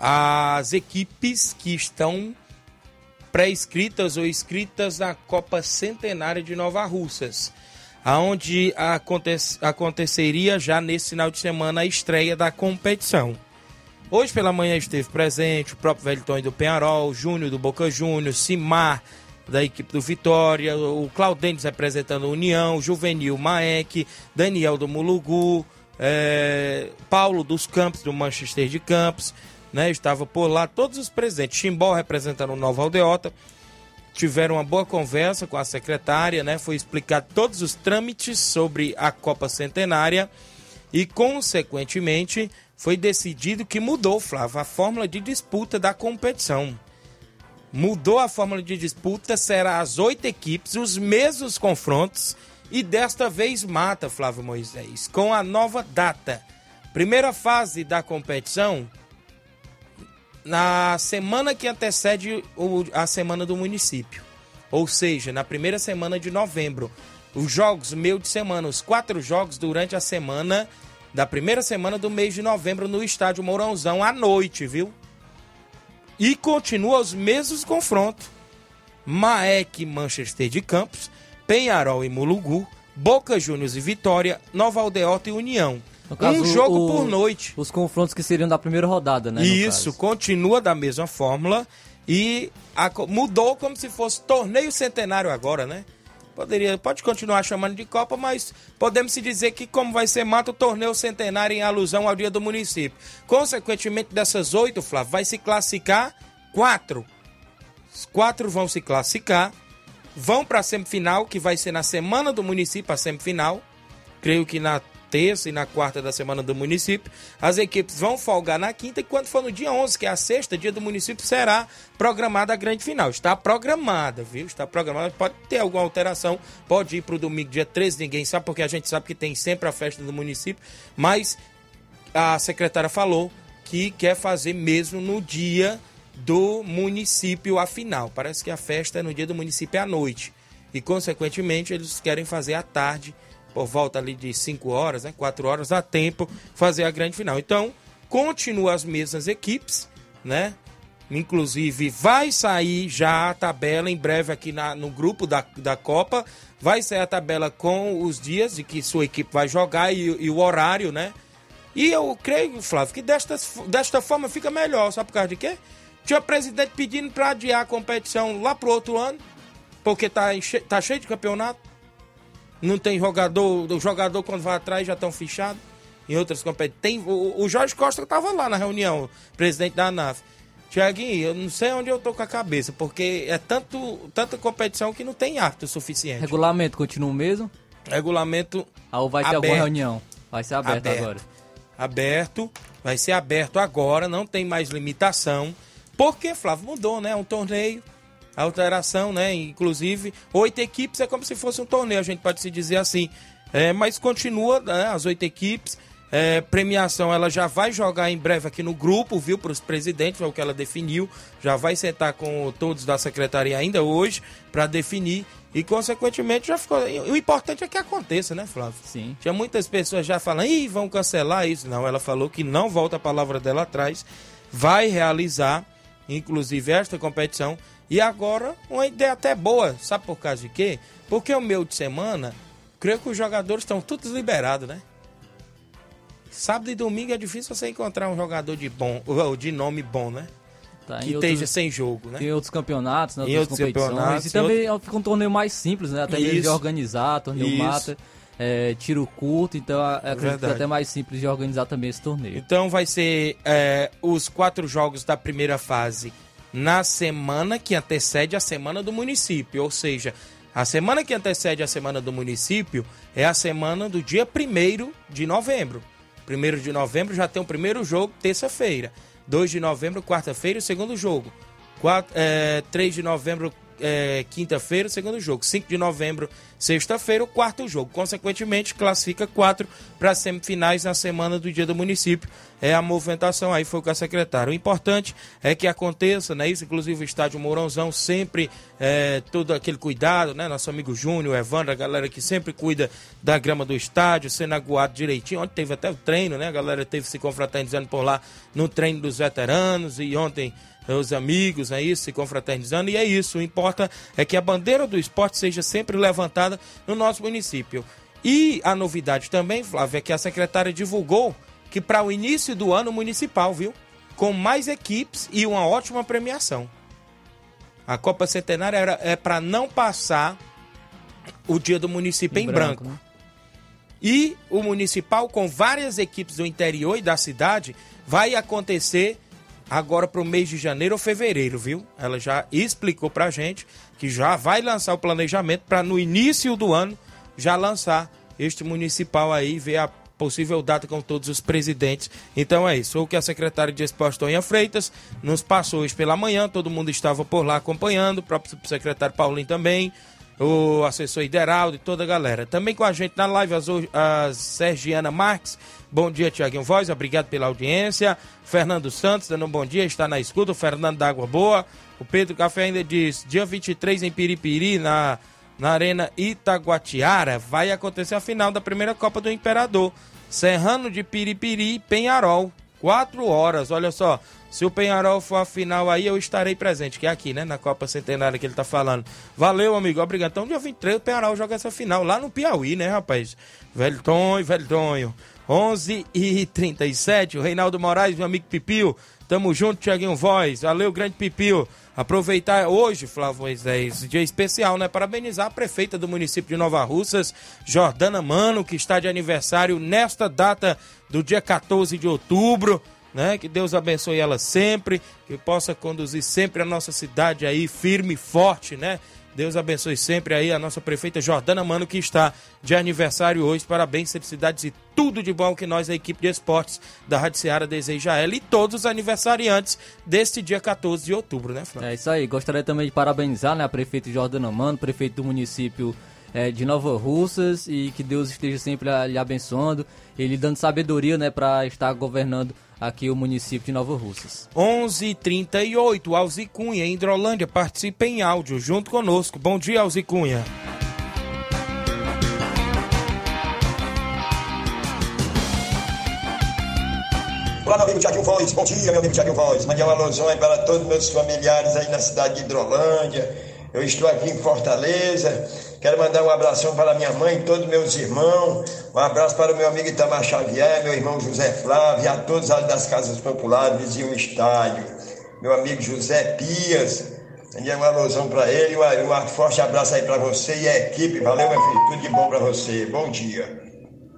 as equipes que estão pré-inscritas ou inscritas na Copa Centenária de Nova Russas, aonde aconte- aconteceria já nesse final de semana a estreia da competição. Hoje pela manhã esteve presente o próprio Velton do Penharol, Júnior do Boca Juniors, Simar da equipe do Vitória, o Claudentes representando a União, Juvenil Maek, Daniel do Mulugu, é, Paulo dos Campos do Manchester de Campos, né, estava por lá, todos os presentes, Chimbó representando o Nova Aldeota, tiveram uma boa conversa com a secretária, né, foi explicado todos os trâmites sobre a Copa Centenária e, consequentemente, foi decidido que mudou, Flávio, a fórmula de disputa da competição. Mudou a fórmula de disputa, será as oito equipes, os mesmos confrontos, e desta vez mata, Flávio Moisés, com a nova data. Primeira fase da competição, na semana que antecede a semana do município, ou seja, na primeira semana de novembro. Os jogos meio de semana, os quatro jogos durante a semana da primeira semana do mês de novembro no estádio Mourãozão à noite, viu? E continua os mesmos confrontos. Maek e Manchester de Campos, Penharol e Mulugu, Boca Juniors e Vitória, Nova Aldeota e União. Caso, um jogo o, por noite. Os confrontos que seriam da primeira rodada, né? Isso, continua da mesma fórmula e a, mudou como se fosse torneio centenário agora, né? Poderia, pode continuar chamando de Copa, mas podemos se dizer que, como vai ser mata, o torneio centenário em alusão ao dia do município. Consequentemente, dessas oito, Flávio, vai se classificar quatro. Os quatro vão se classificar, vão para a semifinal, que vai ser na semana do município, a semifinal. Creio que na terça e na quarta da semana do município. As equipes vão folgar na quinta e quando for no dia onze, que é a sexta, dia do município, será programada a grande final. Está programada, viu? Está programada. Pode ter alguma alteração, pode ir para o domingo, dia treze, ninguém sabe, porque a gente sabe que tem sempre a festa do município, mas a secretária falou que quer fazer mesmo no dia do município a final. Parece que a festa é no dia do município à noite e, consequentemente, eles querem fazer à tarde, por volta ali de cinco horas, né, quatro horas, dá tempo fazer a grande final. Então, continua as mesmas equipes, né? Inclusive, vai sair já a tabela em breve aqui na, no grupo da, da Copa. Vai sair a tabela com os dias de que sua equipe vai jogar e, e o horário, né? E eu creio, Flávio, que desta, desta forma fica melhor. Sabe por causa de quê? Tinha o presidente pedindo para adiar a competição lá pro outro ano, porque tá, enche, tá cheio de campeonato. Não tem jogador, o jogador quando vai atrás já estão fichados em outras competições. Tem, o, o Jorge Costa estava lá na reunião, presidente da ANAF. Tiaguinho, eu não sei onde eu tô com a cabeça, porque é tanto, tanta competição que não tem árbitro suficiente. Regulamento continua o mesmo? Regulamento ah, ou vai ter aberto. Alguma reunião? Vai ser aberto, aberto agora. Aberto, vai ser aberto agora, não tem mais limitação. Porque, Flávio, mudou, né? É um torneio. Alteração, né? Inclusive, oito equipes é como se fosse um torneio, a gente pode se dizer assim. É, mas continua, né, as oito equipes. É, premiação, ela já vai jogar em breve aqui no grupo, viu? Para os presidentes, é o que ela definiu. Já vai sentar com todos da secretaria ainda hoje para definir. E, consequentemente, já ficou. O importante é que aconteça, né, Flávio? Sim. Tinha muitas pessoas já falando, ih, vão cancelar isso. Não, ela falou que não volta a palavra dela atrás. Vai realizar, inclusive, esta competição. E agora, uma ideia até boa, sabe por causa de quê? Porque o meio de semana, creio que os jogadores estão todos liberados, né? sábado e domingo é difícil você encontrar um jogador de bom, ou de nome bom, né? Tá, que em esteja outros, sem jogo, né? Tem outros campeonatos, né, Em outras outros competições. campeonatos, E em também outro- fica um torneio mais simples, né? Até mesmo de Isso. organizar, torneio Isso. mata, é, tiro curto, então é, acredito que é verdade. até mais simples de organizar também esse torneio. Então vai ser é, os quatro jogos da primeira fase na semana que antecede a semana do município, ou seja, a semana que antecede a semana do município é a semana do dia primeiro de novembro. primeiro de novembro já tem o primeiro jogo, terça-feira. dois de novembro, quarta-feira, o segundo jogo. quatro, é, três de novembro, é, quinta-feira, o segundo jogo. cinco de novembro, sexta-feira, o quarto jogo. Consequentemente, classifica quatro para as semifinais na semana do dia do município. É a movimentação, aí foi com a secretária. O importante é que aconteça, né? Isso, inclusive o estádio Mourãozão, sempre é, todo aquele cuidado, né? Nosso amigo Júnior, Evandro, a galera que sempre cuida da grama do estádio, sendo aguado direitinho. Ontem teve até o treino, né? A galera teve se confraternizando por lá no treino dos veteranos e ontem os amigos, é isso, se confraternizando, e é isso. O importa é que a bandeira do esporte seja sempre levantada no nosso município. E a novidade também, Flávio, é que a secretária divulgou que para o início do ano municipal, viu? Com mais equipes e uma ótima premiação. A Copa Centenária era, é para não passar o dia do município em, em branco. branco. Né? E o municipal, com várias equipes do interior e da cidade, vai acontecer agora para o mês de janeiro ou fevereiro, viu? Ela já explicou pra gente que já vai lançar o planejamento para no início do ano já lançar este municipal aí, ver a possível data com todos os presidentes. Então é isso, o que a secretária de Esporte, Toninha Freitas, nos passou hoje pela manhã, todo mundo estava por lá acompanhando, o próprio secretário Paulinho também, o assessor Ideraldo e toda a galera. Também com a gente na live, as, as Sergiana Marques. Bom dia, Tiaguinho Voz, obrigado pela audiência. Fernando Santos, dando um bom dia, está na escuta. O Fernando da Água Boa. O Pedro Café ainda diz, dia vinte e três em Piripiri, na, na Arena Itaguatiara, vai acontecer a final da primeira Copa do Imperador. Serrano de Piripiri e Penharol, quatro horas, olha só. Se o Penharol for a final aí, eu estarei presente, que é aqui, né, na Copa Centenária que ele tá falando. Valeu, amigo, obrigado. Então, dia vinte e três, o Penharol joga essa final lá no Piauí, né, rapaz? Velho Tonho, velho Tonho. onze e trinta e sete, o Reinaldo Moraes, meu amigo Pipio. Tamo junto, Tiaguinho Voz. Valeu, grande Pipio. Aproveitar hoje, Flávio Moisés, dia especial, né? Parabenizar a prefeita do município de Nova Russas, Jordana Mano, que está de aniversário nesta data do dia quatorze de outubro. Né? Que Deus abençoe ela sempre, que possa conduzir sempre a nossa cidade aí firme e forte, né? Deus abençoe sempre aí a nossa prefeita Jordana Mano, que está de aniversário hoje. Parabéns, felicidades e tudo de bom que nós, a equipe de esportes da Rádio Ceará, deseja a ela e todos os aniversariantes deste dia quatorze de outubro, né, Flávio? É isso aí, gostaria também de parabenizar, né, a prefeita Jordana Mano, prefeito do município é, de Nova Russas, e que Deus esteja sempre lhe abençoando, ele dando sabedoria, né, para estar governando aqui o município de Nova Russas. onze e trinta e oito, Alzi Cunha, em Hidrolândia, participa em áudio junto conosco. Bom dia, Alzi Cunha. Olá, meu amigo Tiaguinho Voz, bom dia, meu amigo Tiaguinho Voz. Mande uma alusão aí para todos os meus familiares aí na cidade de Hidrolândia. Eu estou aqui em Fortaleza. Quero mandar um abração para minha mãe e todos meus irmãos. Um abraço para o meu amigo Itamar Xavier, meu irmão José Flávio, e a todos ali das casas populares, vizinho estádio. Meu amigo José Pias. Mande uma alusão para ele. Um, um forte abraço aí para você e a equipe. Valeu, meu filho. Tudo de bom para você. Bom dia.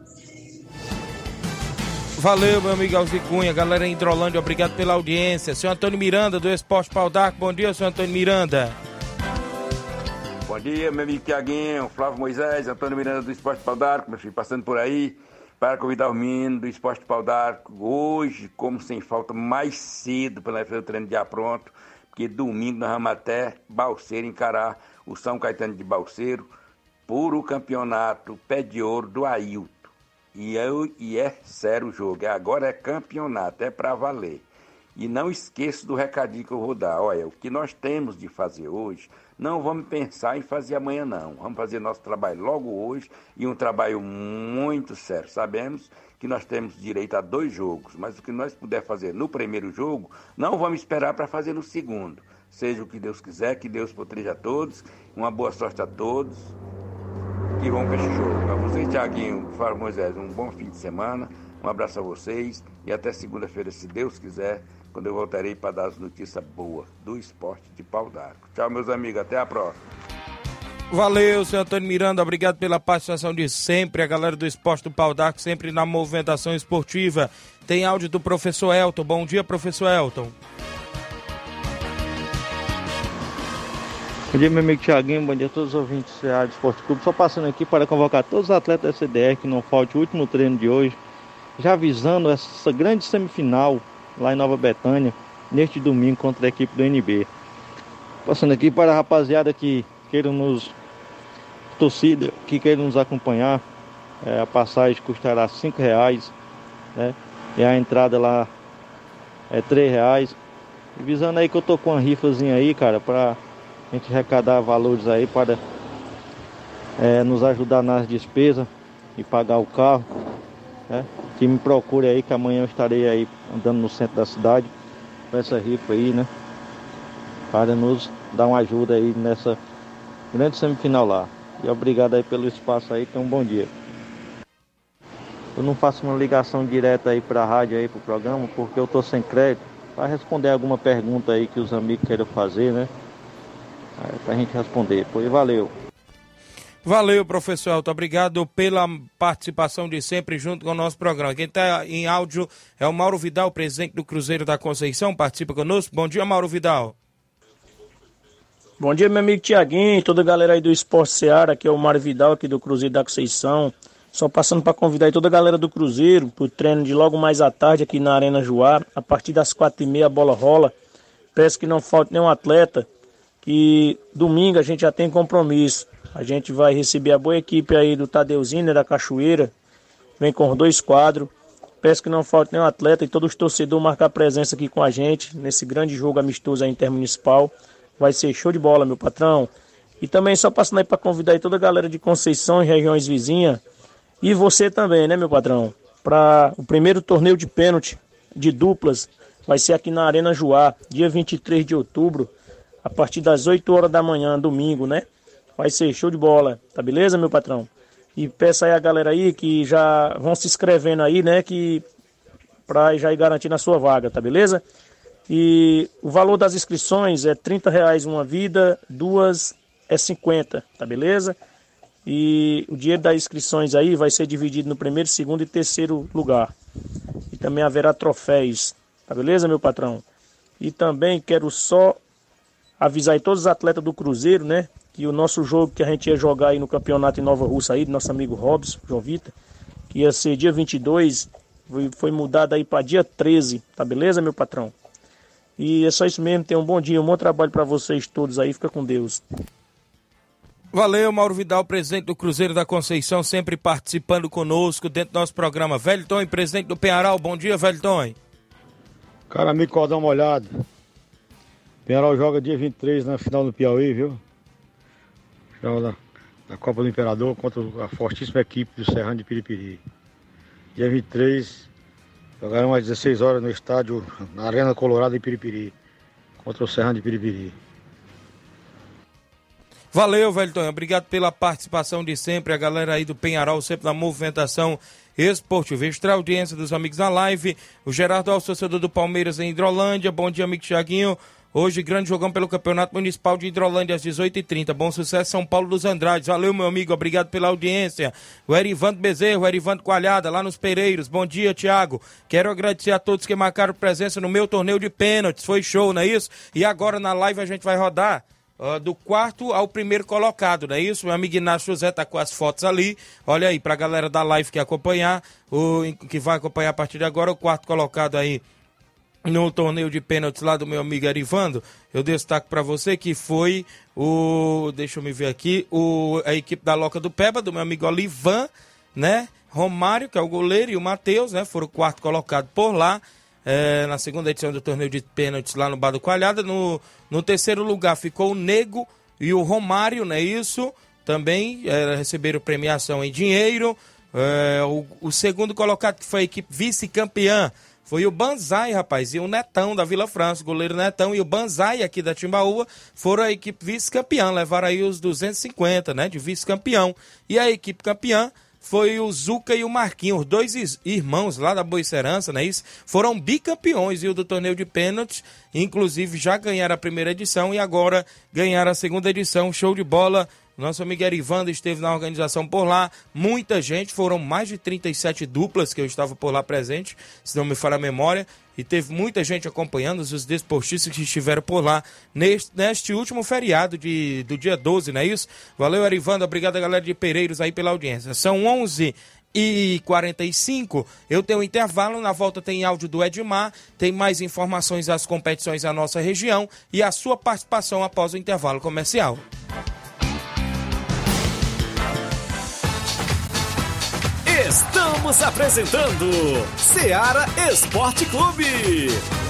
Valeu, meu amigo Alzi Cunha, galera em Hidrolândia, obrigado pela audiência. Senhor Antônio Miranda, do Esporte Pau d'Arco, bom dia, senhor Antônio Miranda. Bom dia, meu amigo Tiaguinho, Flávio Moisés, Antônio Miranda do Esporte Pau d'Arco, meu filho, passando por aí para convidar o menino do Esporte Pau d'Arco, hoje, como sem falta, mais cedo para nós fazer o treino de pronto, porque domingo nós vamos até Balseiro encarar o São Caetano de Balseiro por o campeonato Pé de Ouro do Ailton. E, eu, e é sério o jogo, agora é campeonato, é para valer. E não esqueça do recadinho que eu vou dar. Olha, o que nós temos de fazer hoje, não vamos pensar em fazer amanhã não. Vamos fazer nosso trabalho logo hoje, e um trabalho muito sério. Sabemos que nós temos direito a dois jogos, mas o que nós puder fazer no primeiro jogo, não vamos esperar para fazer no segundo. Seja o que Deus quiser, que Deus proteja a todos, uma boa sorte a todos. Que vamos para esse jogo. A você, Tiaguinho, Flávio Moisés, um bom fim de semana. Um abraço a vocês e até segunda-feira, se Deus quiser, quando eu voltarei para dar as notícias boas do esporte de Pau d'Arco. Tchau, meus amigos, até a próxima. Valeu, seu Antônio Miranda, obrigado pela participação de sempre, a galera do Esporte do Pau d'Arco, sempre na movimentação esportiva. Tem áudio do professor Elton. Bom dia, professor Elton. Bom dia, meu amigo Thiaguinho, bom dia a todos os ouvintes do Ceará Esporte Clube. Só passando aqui para convocar todos os atletas da C D R, que não falte o último treino de hoje, já avisando essa grande semifinal lá em Nova Betânia, neste domingo contra a equipe do N B. Passando aqui para a rapaziada que queiram nos, torcida, que queiram nos acompanhar, é, a passagem custará cinco reais, né? E a entrada lá é três reais. E visando aí que eu tô com uma rifazinha aí, cara, para a gente arrecadar valores aí para é, nos ajudar nas despesas e pagar o carro, né? Que me procure aí, que amanhã eu estarei aí andando no centro da cidade com essa rifa aí, né? Para nos dar uma ajuda aí nessa grande semifinal lá. E obrigado aí pelo espaço aí, tenha um bom dia. Eu não faço uma ligação direta aí para a rádio aí, pro programa, porque eu tô sem crédito, para responder alguma pergunta aí que os amigos queiram fazer, né? É, pra gente responder. Pois valeu. Valeu, professor Elton. Obrigado pela participação de sempre junto com o nosso programa. Quem está em áudio é o Mauro Vidal, presidente do Cruzeiro da Conceição. Participa conosco. Bom dia, Mauro Vidal. Bom dia, meu amigo Thiaguinho, toda a galera aí do Esporte Ceará. Aqui é o Mário Vidal, aqui do Cruzeiro da Conceição. Só passando para convidar aí toda a galera do Cruzeiro para o treino de logo mais à tarde aqui na Arena Joá. A partir das quatro e meia a bola rola. Peço que não falte nenhum atleta, que domingo a gente já tem compromisso. A gente vai receber a boa equipe aí do Tadeuzinho, né, da Cachoeira. Vem com os dois quadros. Peço que não falte nenhum atleta e todos os torcedores marcar presença aqui com a gente nesse grande jogo amistoso aí intermunicipal. Vai ser show de bola, meu patrão. E também só passando aí para convidar aí toda a galera de Conceição e regiões vizinhas. E você também, né, meu patrão? Para o primeiro torneio de pênalti de duplas. Vai ser aqui na Arena Joá, dia vinte e três de outubro. A partir das oito horas da manhã, domingo, né? Vai ser show de bola, tá beleza, meu patrão? E peço aí a galera aí que já vão se inscrevendo aí, né? Que pra já ir garantindo a sua vaga, tá beleza? E o valor das inscrições é trinta reais uma vida, duas é cinquenta, tá beleza? E o dinheiro das inscrições aí vai ser dividido no primeiro, segundo e terceiro lugar. E também haverá troféus, tá beleza, meu patrão? E também quero só avisar aí todos os atletas do Cruzeiro, né? Que o nosso jogo que a gente ia jogar aí no campeonato em Nova Russa aí, do nosso amigo Robson, João Vitor, que ia ser dia vinte e dois, foi, foi mudado aí para dia treze, tá beleza, meu patrão? E é só isso mesmo, tenham um bom dia, um bom trabalho para vocês todos aí, fica com Deus. Valeu, Mauro Vidal, presidente do Cruzeiro da Conceição, sempre participando conosco dentro do nosso programa. Velton, presidente do Penharol, bom dia, Velton. Cara, amigo, pode dar uma olhada. Penharol joga dia vinte e três na final do Piauí, viu? Joga na Copa do Imperador contra a fortíssima equipe do Serrano de Piripiri. Dia vinte e três, jogarão às dezesseis horas no estádio, na Arena Colorado em Piripiri, contra o Serrano de Piripiri. Valeu, Velton, obrigado pela participação de sempre, a galera aí do Penharol, sempre na movimentação esportiva. Extra audiência dos amigos na live, o Gerardo Alves, torcedor do Palmeiras em Hidrolândia. Bom dia, amigo Thiaguinho. Hoje, grande jogão pelo Campeonato Municipal de Hidrolândia, às dezoito e trinta. Bom sucesso, São Paulo dos Andrades. Valeu, meu amigo, obrigado pela audiência. O Erivando Bezerro, o Erivando Coalhada, lá nos Pereiros. Bom dia, Thiago. Quero agradecer a todos que marcaram presença no meu torneio de pênaltis. Foi show, não é isso? E agora, na live, a gente vai rodar uh, do quarto ao primeiro colocado, não é isso? Meu amigo Inácio José tá com as fotos ali. Olha aí, pra galera da live que acompanhar, o, que vai acompanhar a partir de agora, o quarto colocado aí no torneio de pênaltis lá do meu amigo Erivando. Eu destaco para você que foi o, deixa eu me ver aqui, o, a equipe da Loca do Peba, do meu amigo Olivan, né? Romário, que é o goleiro, e o Matheus, né? Foram o quarto colocado por lá, é, na segunda edição do torneio de pênaltis lá no Bar do Coalhada. No, no terceiro lugar ficou o Nego e o Romário, não é isso? Também é, receberam premiação em dinheiro. É, o, o segundo colocado, que foi a equipe vice-campeã, foi o Banzai, rapaz, e o Netão da Vila França, o goleiro Netão e o Banzai aqui da Timbaúba foram a equipe vice-campeã, levaram aí os duzentos e cinquenta, né, de vice-campeão. E a equipe campeã foi o Zuca e o Marquinhos, os dois irmãos lá da Boicerança, não é isso? Foram bicampeões, viu, do torneio de pênaltis, inclusive já ganharam a primeira edição e agora ganharam a segunda edição, show de bola. Nosso amigo Erivando esteve na organização por lá, muita gente, foram mais de trinta e sete duplas que eu estava por lá presente, se não me falha a memória, e teve muita gente acompanhando, os desportistas que estiveram por lá neste, neste último feriado de, do dia doze, não é isso? Valeu, Erivando, obrigado a galera de Pereiros aí pela audiência. São onze e quarenta e cinco, eu tenho um intervalo, na volta tem áudio do Edmar, tem mais informações das competições da nossa região e a sua participação após o intervalo comercial. Estamos apresentando Seara Esporte Clube.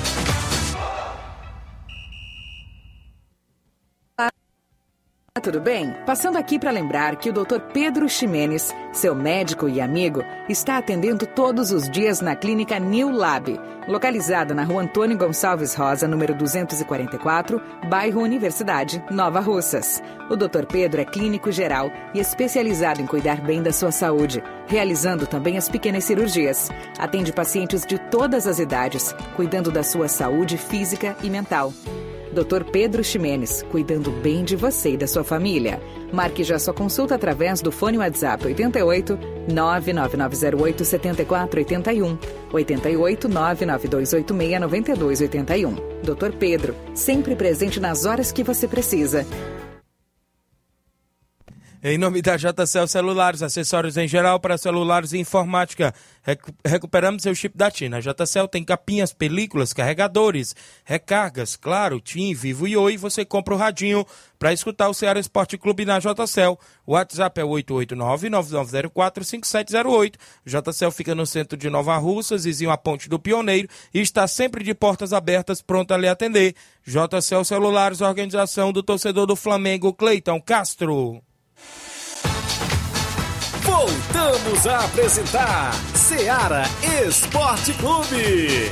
Tudo bem? Passando aqui para lembrar que o doutor Pedro Ximenes, seu médico e amigo, está atendendo todos os dias na clínica New Lab, localizada na rua Antônio Gonçalves Rosa, número duzentos e quarenta e quatro, bairro Universidade, Nova Russas. O doutor Pedro é clínico geral e especializado em cuidar bem da sua saúde, realizando também as pequenas cirurgias. Atende pacientes de todas as idades, cuidando da sua saúde física e mental. doutor Pedro Ximenes, cuidando bem de você e da sua família. Marque já sua consulta através do fone WhatsApp oito oito, nove nove nove zero oito, sete quatro oito um, oito oito, nove nove dois oito seis, nove dois oito um. doutor Pedro, sempre presente nas horas que você precisa. Em nome da J C L Celulares, acessórios em geral para celulares e informática. Recu- recuperamos seu chip da TIM. A J C L tem capinhas, películas, carregadores, recargas, claro, TIM, Vivo e Oi. Você compra o radinho para escutar o Ceará Esporte Clube na J C L. O WhatsApp é oito oito nove, nove nove zero quatro, cinco sete zero oito. J C L fica no centro de Nova Russas, vizinho à Ponte do Pioneiro, e está sempre de portas abertas, pronto a lhe atender. J C L Celulares, organização do torcedor do Flamengo, Cleiton Castro. Voltamos a apresentar Seara Esporte Clube.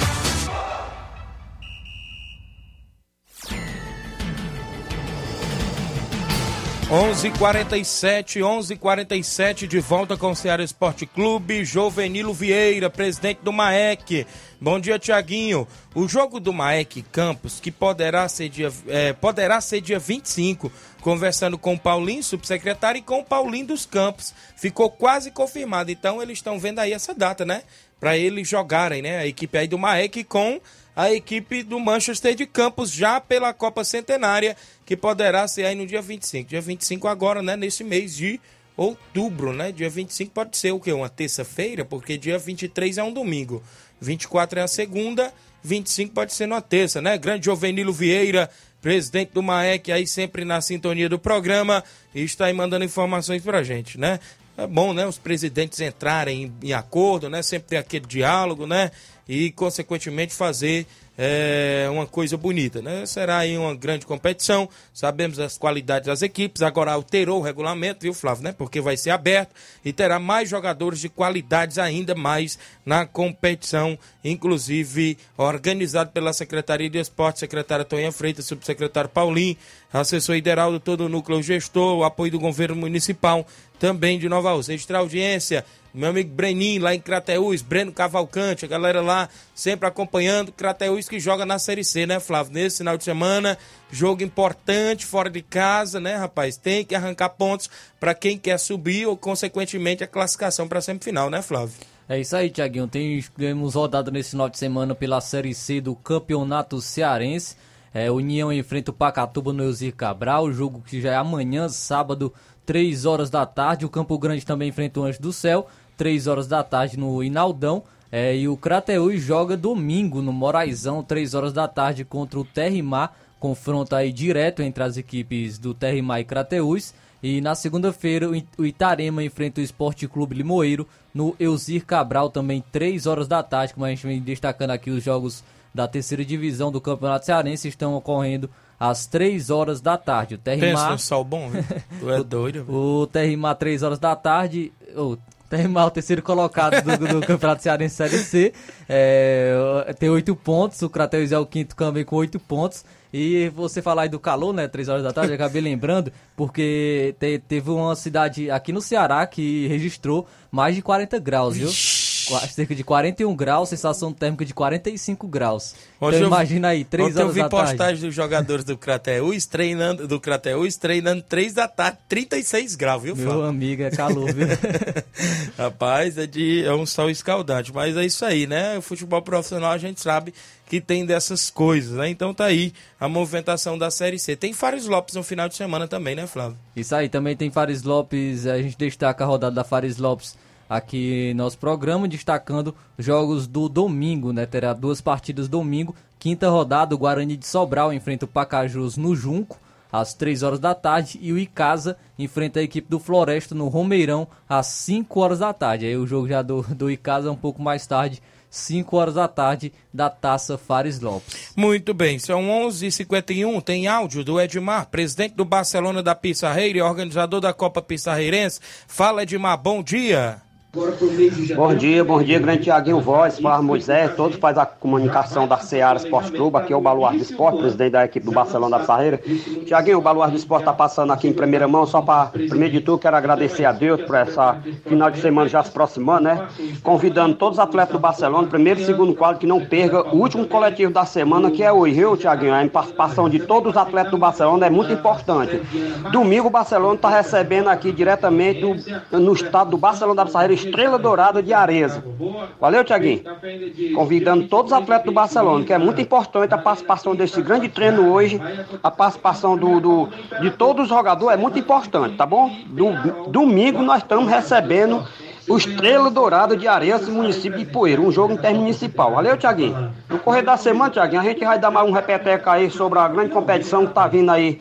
onze e quarenta e sete, onze e quarenta e sete, de volta com o Ceará Esporte Clube. Jovenilo Vieira, presidente do M A E C. Bom dia, Tiaguinho. O jogo do M A E C Campos, que poderá ser dia, é, poderá ser dia vinte e cinco, conversando com o Paulinho, subsecretário, e com o Paulinho dos Campos. Ficou quase confirmado. Então, eles estão vendo aí essa data, né? Para eles jogarem, né? A equipe aí do M A E C com a equipe do Manchester de Campos, já pela Copa Centenária, que poderá ser aí no dia vinte e cinco. Dia vinte e cinco agora, né? Nesse mês de outubro, né? Dia vinte e cinco pode ser o quê? Uma terça-feira? Porque dia vinte e três é um domingo. vinte e quatro é a segunda, vinte e cinco pode ser numa terça, né? Grande Jovenilo Vieira, presidente do M A E C, aí sempre na sintonia do programa, e está aí mandando informações pra gente, né? É bom, né? Os presidentes entrarem em, em acordo, né? Sempre ter aquele diálogo, né? E, consequentemente, fazer é, uma coisa bonita, né? Será aí uma grande competição, sabemos as qualidades das equipes, agora alterou o regulamento, viu, Flávio, né? Porque vai ser aberto e terá mais jogadores de qualidades ainda mais na competição, inclusive organizado pela Secretaria de Esporte, secretária Tonha Freitas, subsecretário Paulinho, assessor Hideraldo, todo o núcleo gestor, o apoio do governo municipal, também de Nova Rússia. Extra audiência, meu amigo Breninho, lá em Crateús, Breno Cavalcante, a galera lá sempre acompanhando. Crateús que joga na Série C, né, Flávio? Nesse final de semana, jogo importante, fora de casa, né, rapaz? Tem que arrancar pontos para quem quer subir ou, consequentemente, a classificação para a semifinal, né, Flávio? É isso aí, Tiaguinho. Temos rodada nesse final de semana pela Série C do Campeonato Cearense. É, União enfrenta o Pacatuba no Elzir Cabral, o jogo que já é amanhã, sábado, três horas da tarde. O Campo Grande também enfrenta o Anjo do Céu, três horas da tarde no Inaldão. É, e o Crateús joga domingo no Moraizão, três horas da tarde contra o Terrimar. Confronto aí direto entre as equipes do Terrimar e Crateús. E na segunda-feira o Itarema enfrenta o Esporte Clube Limoeiro no Elzir Cabral, também três horas da tarde. Como a gente vem destacando aqui, os jogos da terceira divisão do Campeonato Cearense estão ocorrendo às três horas da tarde. O Terrimar... Pensa no sol bom, viu? Tu é doido, velho. O Terrimar, três horas da tarde... O Terrimar, o terceiro colocado do, do Campeonato Cearense Série C, é, tem oito pontos. O Crateús é o quinto também com oito pontos. E você falar aí do calor, né, três horas da tarde, eu acabei lembrando, porque te, teve uma cidade aqui no Ceará que registrou mais de quarenta graus, viu? Cerca de quarenta e um graus, sensação térmica de quarenta e cinco graus. Ontem então eu, imagina aí, três horas da tarde. Ontem eu vi postagem dos jogadores do Crateús treinando, do Crateús treinando três da tarde, trinta e seis graus, viu, Flávio? Meu amigo, é calor, viu? Rapaz, é, de, é um sol escaldante, mas é isso aí, né? O futebol profissional a gente sabe que tem dessas coisas, né? Então tá aí a movimentação da Série C. Tem Fares Lopes no final de semana também, né, Flávio? Isso aí, também tem Fares Lopes, a gente destaca a rodada da Fares Lopes aqui no nosso programa, destacando jogos do domingo, né? Terá duas partidas domingo, quinta rodada, o Guarani de Sobral enfrenta o Pacajus no Junco, às três horas da tarde, e o Icasa enfrenta a equipe do Floresta no Romeirão, às cinco horas da tarde. Aí o jogo já do, do Icasa um pouco mais tarde, cinco horas da tarde, da Taça Fares Lopes. Muito bem, são onze e cinquenta e um, tem áudio do Edmar, presidente do Barcelona da Pissarreira e organizador da Copa Pissarreirense. Fala, Edmar, bom dia. Bom dia, bom dia, grande Tiaguinho Voz, Flávio Moisés, todos faz a comunicação da Ceará Esporte Clube, aqui é o Baluarte do Esporte, presidente da equipe do Barcelona da Pissarreira. Tiaguinho, o Baluarte do Esporte está passando aqui em primeira mão, só para, primeiro de tudo, quero agradecer a Deus por essa final de semana já se aproximando, né? Convidando todos os atletas do Barcelona, primeiro e segundo quadro, que não perca o último coletivo da semana, que é hoje, viu, Tiaguinho? A participação de todos os atletas do Barcelona é muito importante. Domingo o Barcelona está recebendo aqui diretamente do, no estado do Barcelona da Pissarreira, Estrela Dourada de Areza. Valeu, Tiaguinho. Convidando todos os atletas do Barcelona, que é muito importante a participação desse grande treino hoje, a participação do, do, de todos os jogadores é muito importante, tá bom? Do, domingo nós estamos recebendo o Estrela Dourada de Areza, município de Poeira, um jogo intermunicipal. Valeu, Tiaguinho. No correr da semana, Tiaguinho, a gente vai dar mais um repeteco aí sobre a grande competição que tá vindo aí,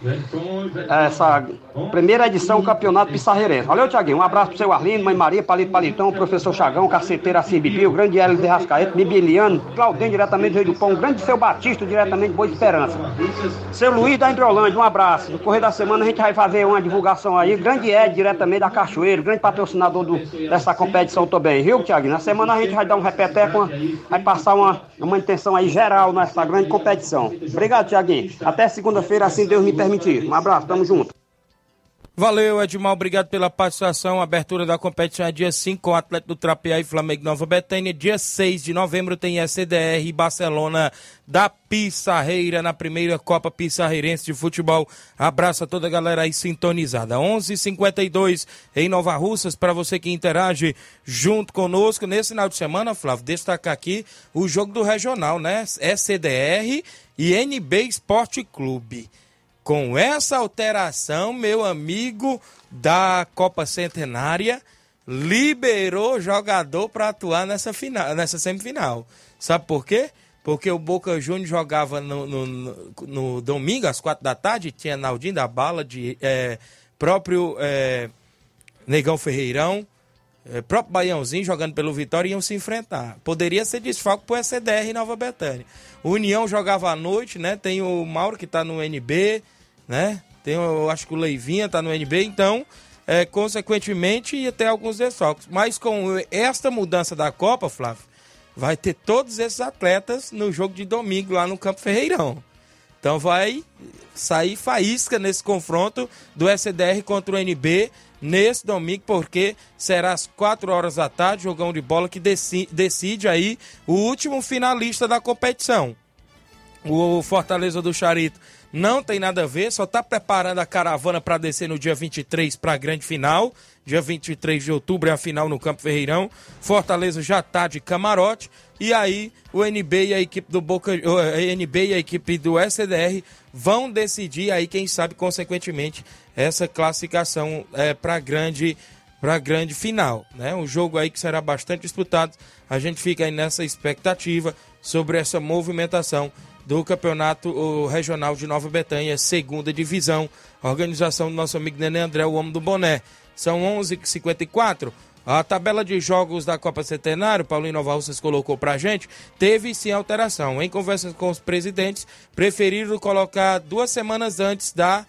essa primeira edição do Campeonato Pissarreirense. Valeu, Tiaguinho. Um abraço pro seu Arlindo, Mãe Maria, Palito Palitão, professor Chagão, Caceteira Assis Bibi, o grande Hélio de Rascaeta, Bibiliano, Claudinho, diretamente do Rio do Pão, o grande seu Batista, diretamente de Boa Esperança. Seu Luiz da Indrolândia, um abraço. No correr da semana a gente vai fazer uma divulgação aí, grande Ed, diretamente da Cachoeira, grande patrocinador do, dessa competição também, viu, Tiaguinho? Na semana a gente vai dar um repeteco, uma, vai passar uma, uma intenção aí geral nessa grande competição. Obrigado, Tiaguinho. Até segunda-feira, assim Deus me permitir. Um abraço, tamo junto. Valeu, Edmar, obrigado pela participação. A abertura da competição é dia cinco, com o Atlético do Trapiá e Flamengo Nova Betânia. Dia seis de novembro tem S C D R e Barcelona da Pissarreira na primeira Copa Pissarreirense de Futebol. Abraço a toda a galera aí sintonizada. onze e cinquenta e dois em Nova Russas, para você que interage junto conosco. Nesse final de semana, Flávio, destacar aqui o jogo do Regional, né? S C D R e N B Esporte Clube. Com essa alteração, meu amigo da Copa Centenária liberou jogador para atuar nessa, final, nessa semifinal. Sabe por quê? Porque o Boca Juniors jogava no, no, no, no domingo, às quatro da tarde, tinha Naldinho da Bala, de, é, próprio é, Negão Ferreirão, é, próprio Baiãozinho jogando pelo Vitória, iam se enfrentar. Poderia ser desfalque pro S C D R e Nova Betânia. O União jogava à noite, né? Tem o Mauro que tá no N B, né? Tem, eu acho que o Leivinha tá no N B, então, é, consequentemente, ia ter alguns desfalques. Mas com esta mudança da Copa, Flávio, vai ter todos esses atletas no jogo de domingo lá no Campo Ferreirão. Então vai sair faísca nesse confronto do S C D R contra o N B nesse domingo, porque será às quatro horas da tarde, jogão de bola que decide, decide aí o último finalista da competição. O Fortaleza do Charito não tem nada a ver, só está preparando a caravana para descer no dia vinte e três para a grande final. Dia vinte e três de outubro é a final no Campo Ferreirão. Fortaleza já está de camarote. E aí o N B e a equipe do Boca, a N B e a equipe do S C D R vão decidir aí, quem sabe, consequentemente, essa classificação é, para a grande, para grande final, né? Um jogo aí que será bastante disputado. A gente fica aí nessa expectativa sobre essa movimentação do Campeonato Regional de Nova Betânia, segunda divisão, organização do nosso amigo Nenê André, o homem do boné. São onze e cinquenta e quatro. A tabela de jogos da Copa Centenário, Paulinho Nova Russas colocou pra gente, teve sim alteração. Em conversas com os presidentes, preferiram colocar duas semanas antes da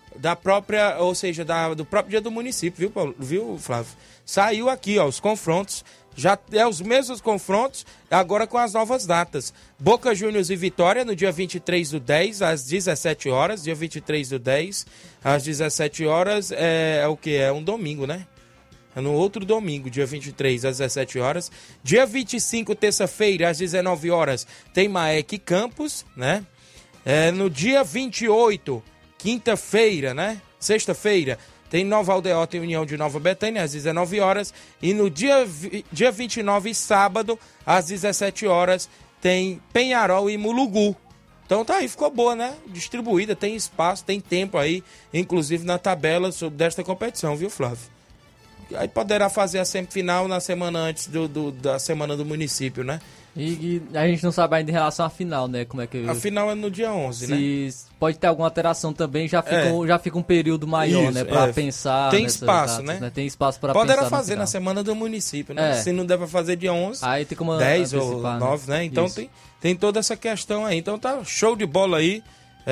da própria, ou seja, da, do próprio dia do município, viu, Paulo? Viu, Flávio? Saiu aqui, ó, os confrontos. Já é os mesmos confrontos, agora com as novas datas. Boca Juniors e Vitória no dia vinte e três do dez, às dezessete horas. Dia vinte e três do dez, às dezessete horas. É, é o que? É um domingo, né? É no outro domingo, dia vinte e três, às dezessete horas. Dia vinte e cinco, terça-feira, às dezenove horas, tem Maek Campos, né? É, no dia vinte e oito, quinta-feira, né? Sexta-feira, tem Nova Aldeota e União de Nova Betânia, às dezenove horas. E no dia, dia vinte e nove, sábado, às dezessete horas, tem Penharol e Mulugu. Então tá aí, ficou boa, né? Distribuída, tem espaço, tem tempo aí, inclusive na tabela sobre desta competição, viu, Flávio? Aí poderá fazer a semifinal na semana antes do, do, da semana do município, né? E, e a gente não sabe ainda em relação à final, né? Como é que... A final é no dia onze, se né? Pode ter alguma alteração também, já fica, É. um, já fica um período maior, Isso, né? Pra é. pensar. Tem nessas espaço, datas, né? né? Tem espaço pra pensar. Poderá no fazer final. na semana do município, né? É. Se não der pra fazer dia onze, Aí tem como dez ou antecipar, né? nove, né? Então Isso. tem, tem toda essa questão aí. Então tá show de bola aí.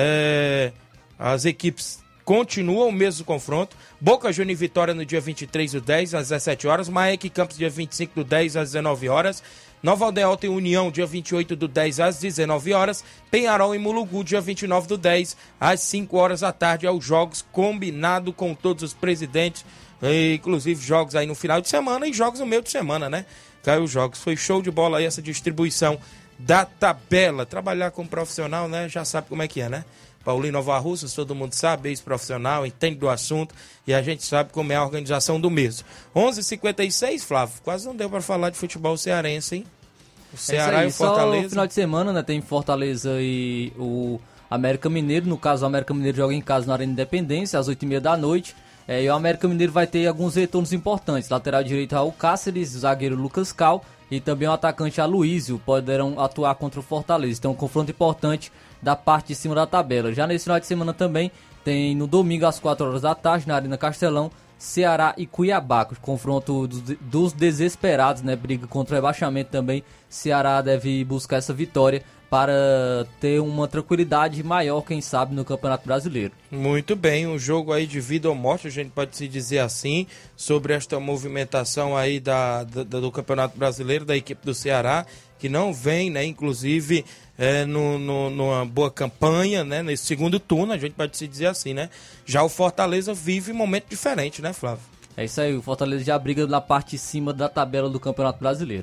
É, as equipes continuam o mesmo confronto. Boca Juniors e Vitória no dia vinte e três do dez, às dezessete horas. Maek Campos, dia vinte e cinco do dez, às dezenove horas. Nova Aldeota e União, dia vinte e oito do dez, às dezenove horas. Penharol e Mulugu, dia vinte e nove do dez, às cinco horas da tarde. É os jogos combinado com todos os presidentes. E, inclusive jogos aí no final de semana e jogos no meio de semana, né? Caiu os jogos. Foi show de bola aí essa distribuição da tabela. Trabalhar com profissional, né? Já sabe como é que é, né? Paulinho Nova Russas, todo mundo sabe, ex-profissional, entende do assunto e a gente sabe como é a organização do mesmo. onze e cinquenta e seis, Flávio, quase não deu para falar de futebol cearense, hein? O Ceará é e o Fortaleza. Só o final de semana, né? Tem Fortaleza e o América Mineiro. No caso, o América Mineiro joga em casa na Arena Independência, às oito e meia da noite. É, e o América Mineiro vai ter alguns retornos importantes. Lateral direito Raul Cáceres, zagueiro Lucas Cal e também o atacante Aloísio poderão atuar contra o Fortaleza. Então, um confronto importante da parte de cima da tabela. Já nesse final de semana também tem no domingo às quatro horas da tarde na Arena Castelão, Ceará e Cuiabá, confronto dos, dos desesperados, né? Briga contra o rebaixamento também. Ceará deve buscar essa vitória para ter uma tranquilidade maior, quem sabe, no Campeonato Brasileiro. Muito bem, um jogo aí de vida ou morte, a gente pode se dizer assim, sobre esta movimentação aí da, da, do Campeonato Brasileiro, da equipe do Ceará, que não vem, né, inclusive, é, no, no, numa boa campanha, né, nesse segundo turno, a gente pode se dizer assim, né? Já o Fortaleza vive um momento diferente, né, Flávio? É isso aí, o Fortaleza já briga na parte de cima da tabela do Campeonato Brasileiro.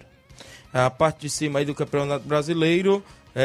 A parte de cima aí do Campeonato Brasileiro,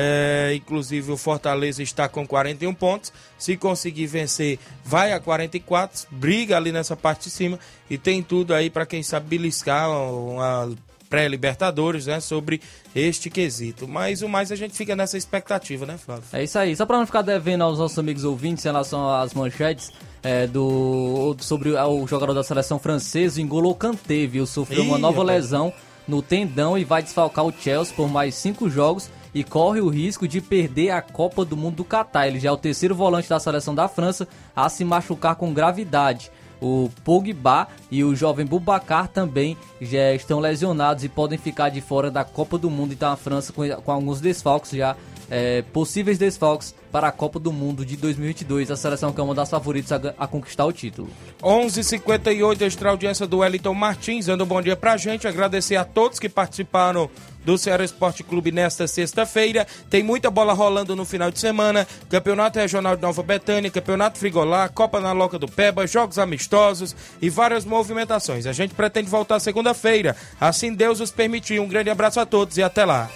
é, inclusive o Fortaleza está com quarenta e um pontos, se conseguir vencer vai a quarenta e quatro, briga ali nessa parte de cima e tem tudo aí para quem sabe beliscar uma pré-Libertadores, né, sobre este quesito. Mas o mais a gente fica nessa expectativa, né, Flávio? É isso aí, só para não ficar devendo aos nossos amigos ouvintes em relação às manchetes, é, do, sobre o jogador da seleção francesa, o N'Golo Kanté, viu, sofreu Ih, uma nova rapaz. lesão no tendão e vai desfalcar o Chelsea por mais cinco jogos e corre o risco de perder a Copa do Mundo do Catar. Ele já é o terceiro volante da seleção da França a se machucar com gravidade. O Pogba e o jovem Boubacar também já estão lesionados e podem ficar de fora da Copa do Mundo. Então a França com, com alguns desfalques já, é, possíveis desfalques para a Copa do Mundo de dois mil e vinte e dois. A seleção que é uma das favoritas a, a conquistar o título. onze e cinquenta e oito, extra audiência do Wellington Martins, dando um bom dia pra gente, agradecer a todos que participaram do Ceará Esporte Clube nesta sexta-feira. Tem muita bola rolando no final de semana, Campeonato Regional de Nova Betânia, Campeonato Frigolá, Copa na Loca do Peba, jogos amistosos e várias movimentações. A gente pretende voltar segunda-feira, assim Deus os permitir. Um grande abraço a todos e até lá.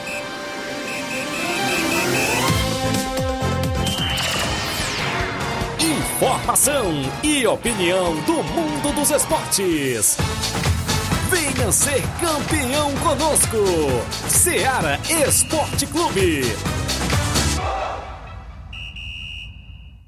Informação e opinião do mundo dos esportes. Venha ser campeão conosco. Ceará Esporte Clube.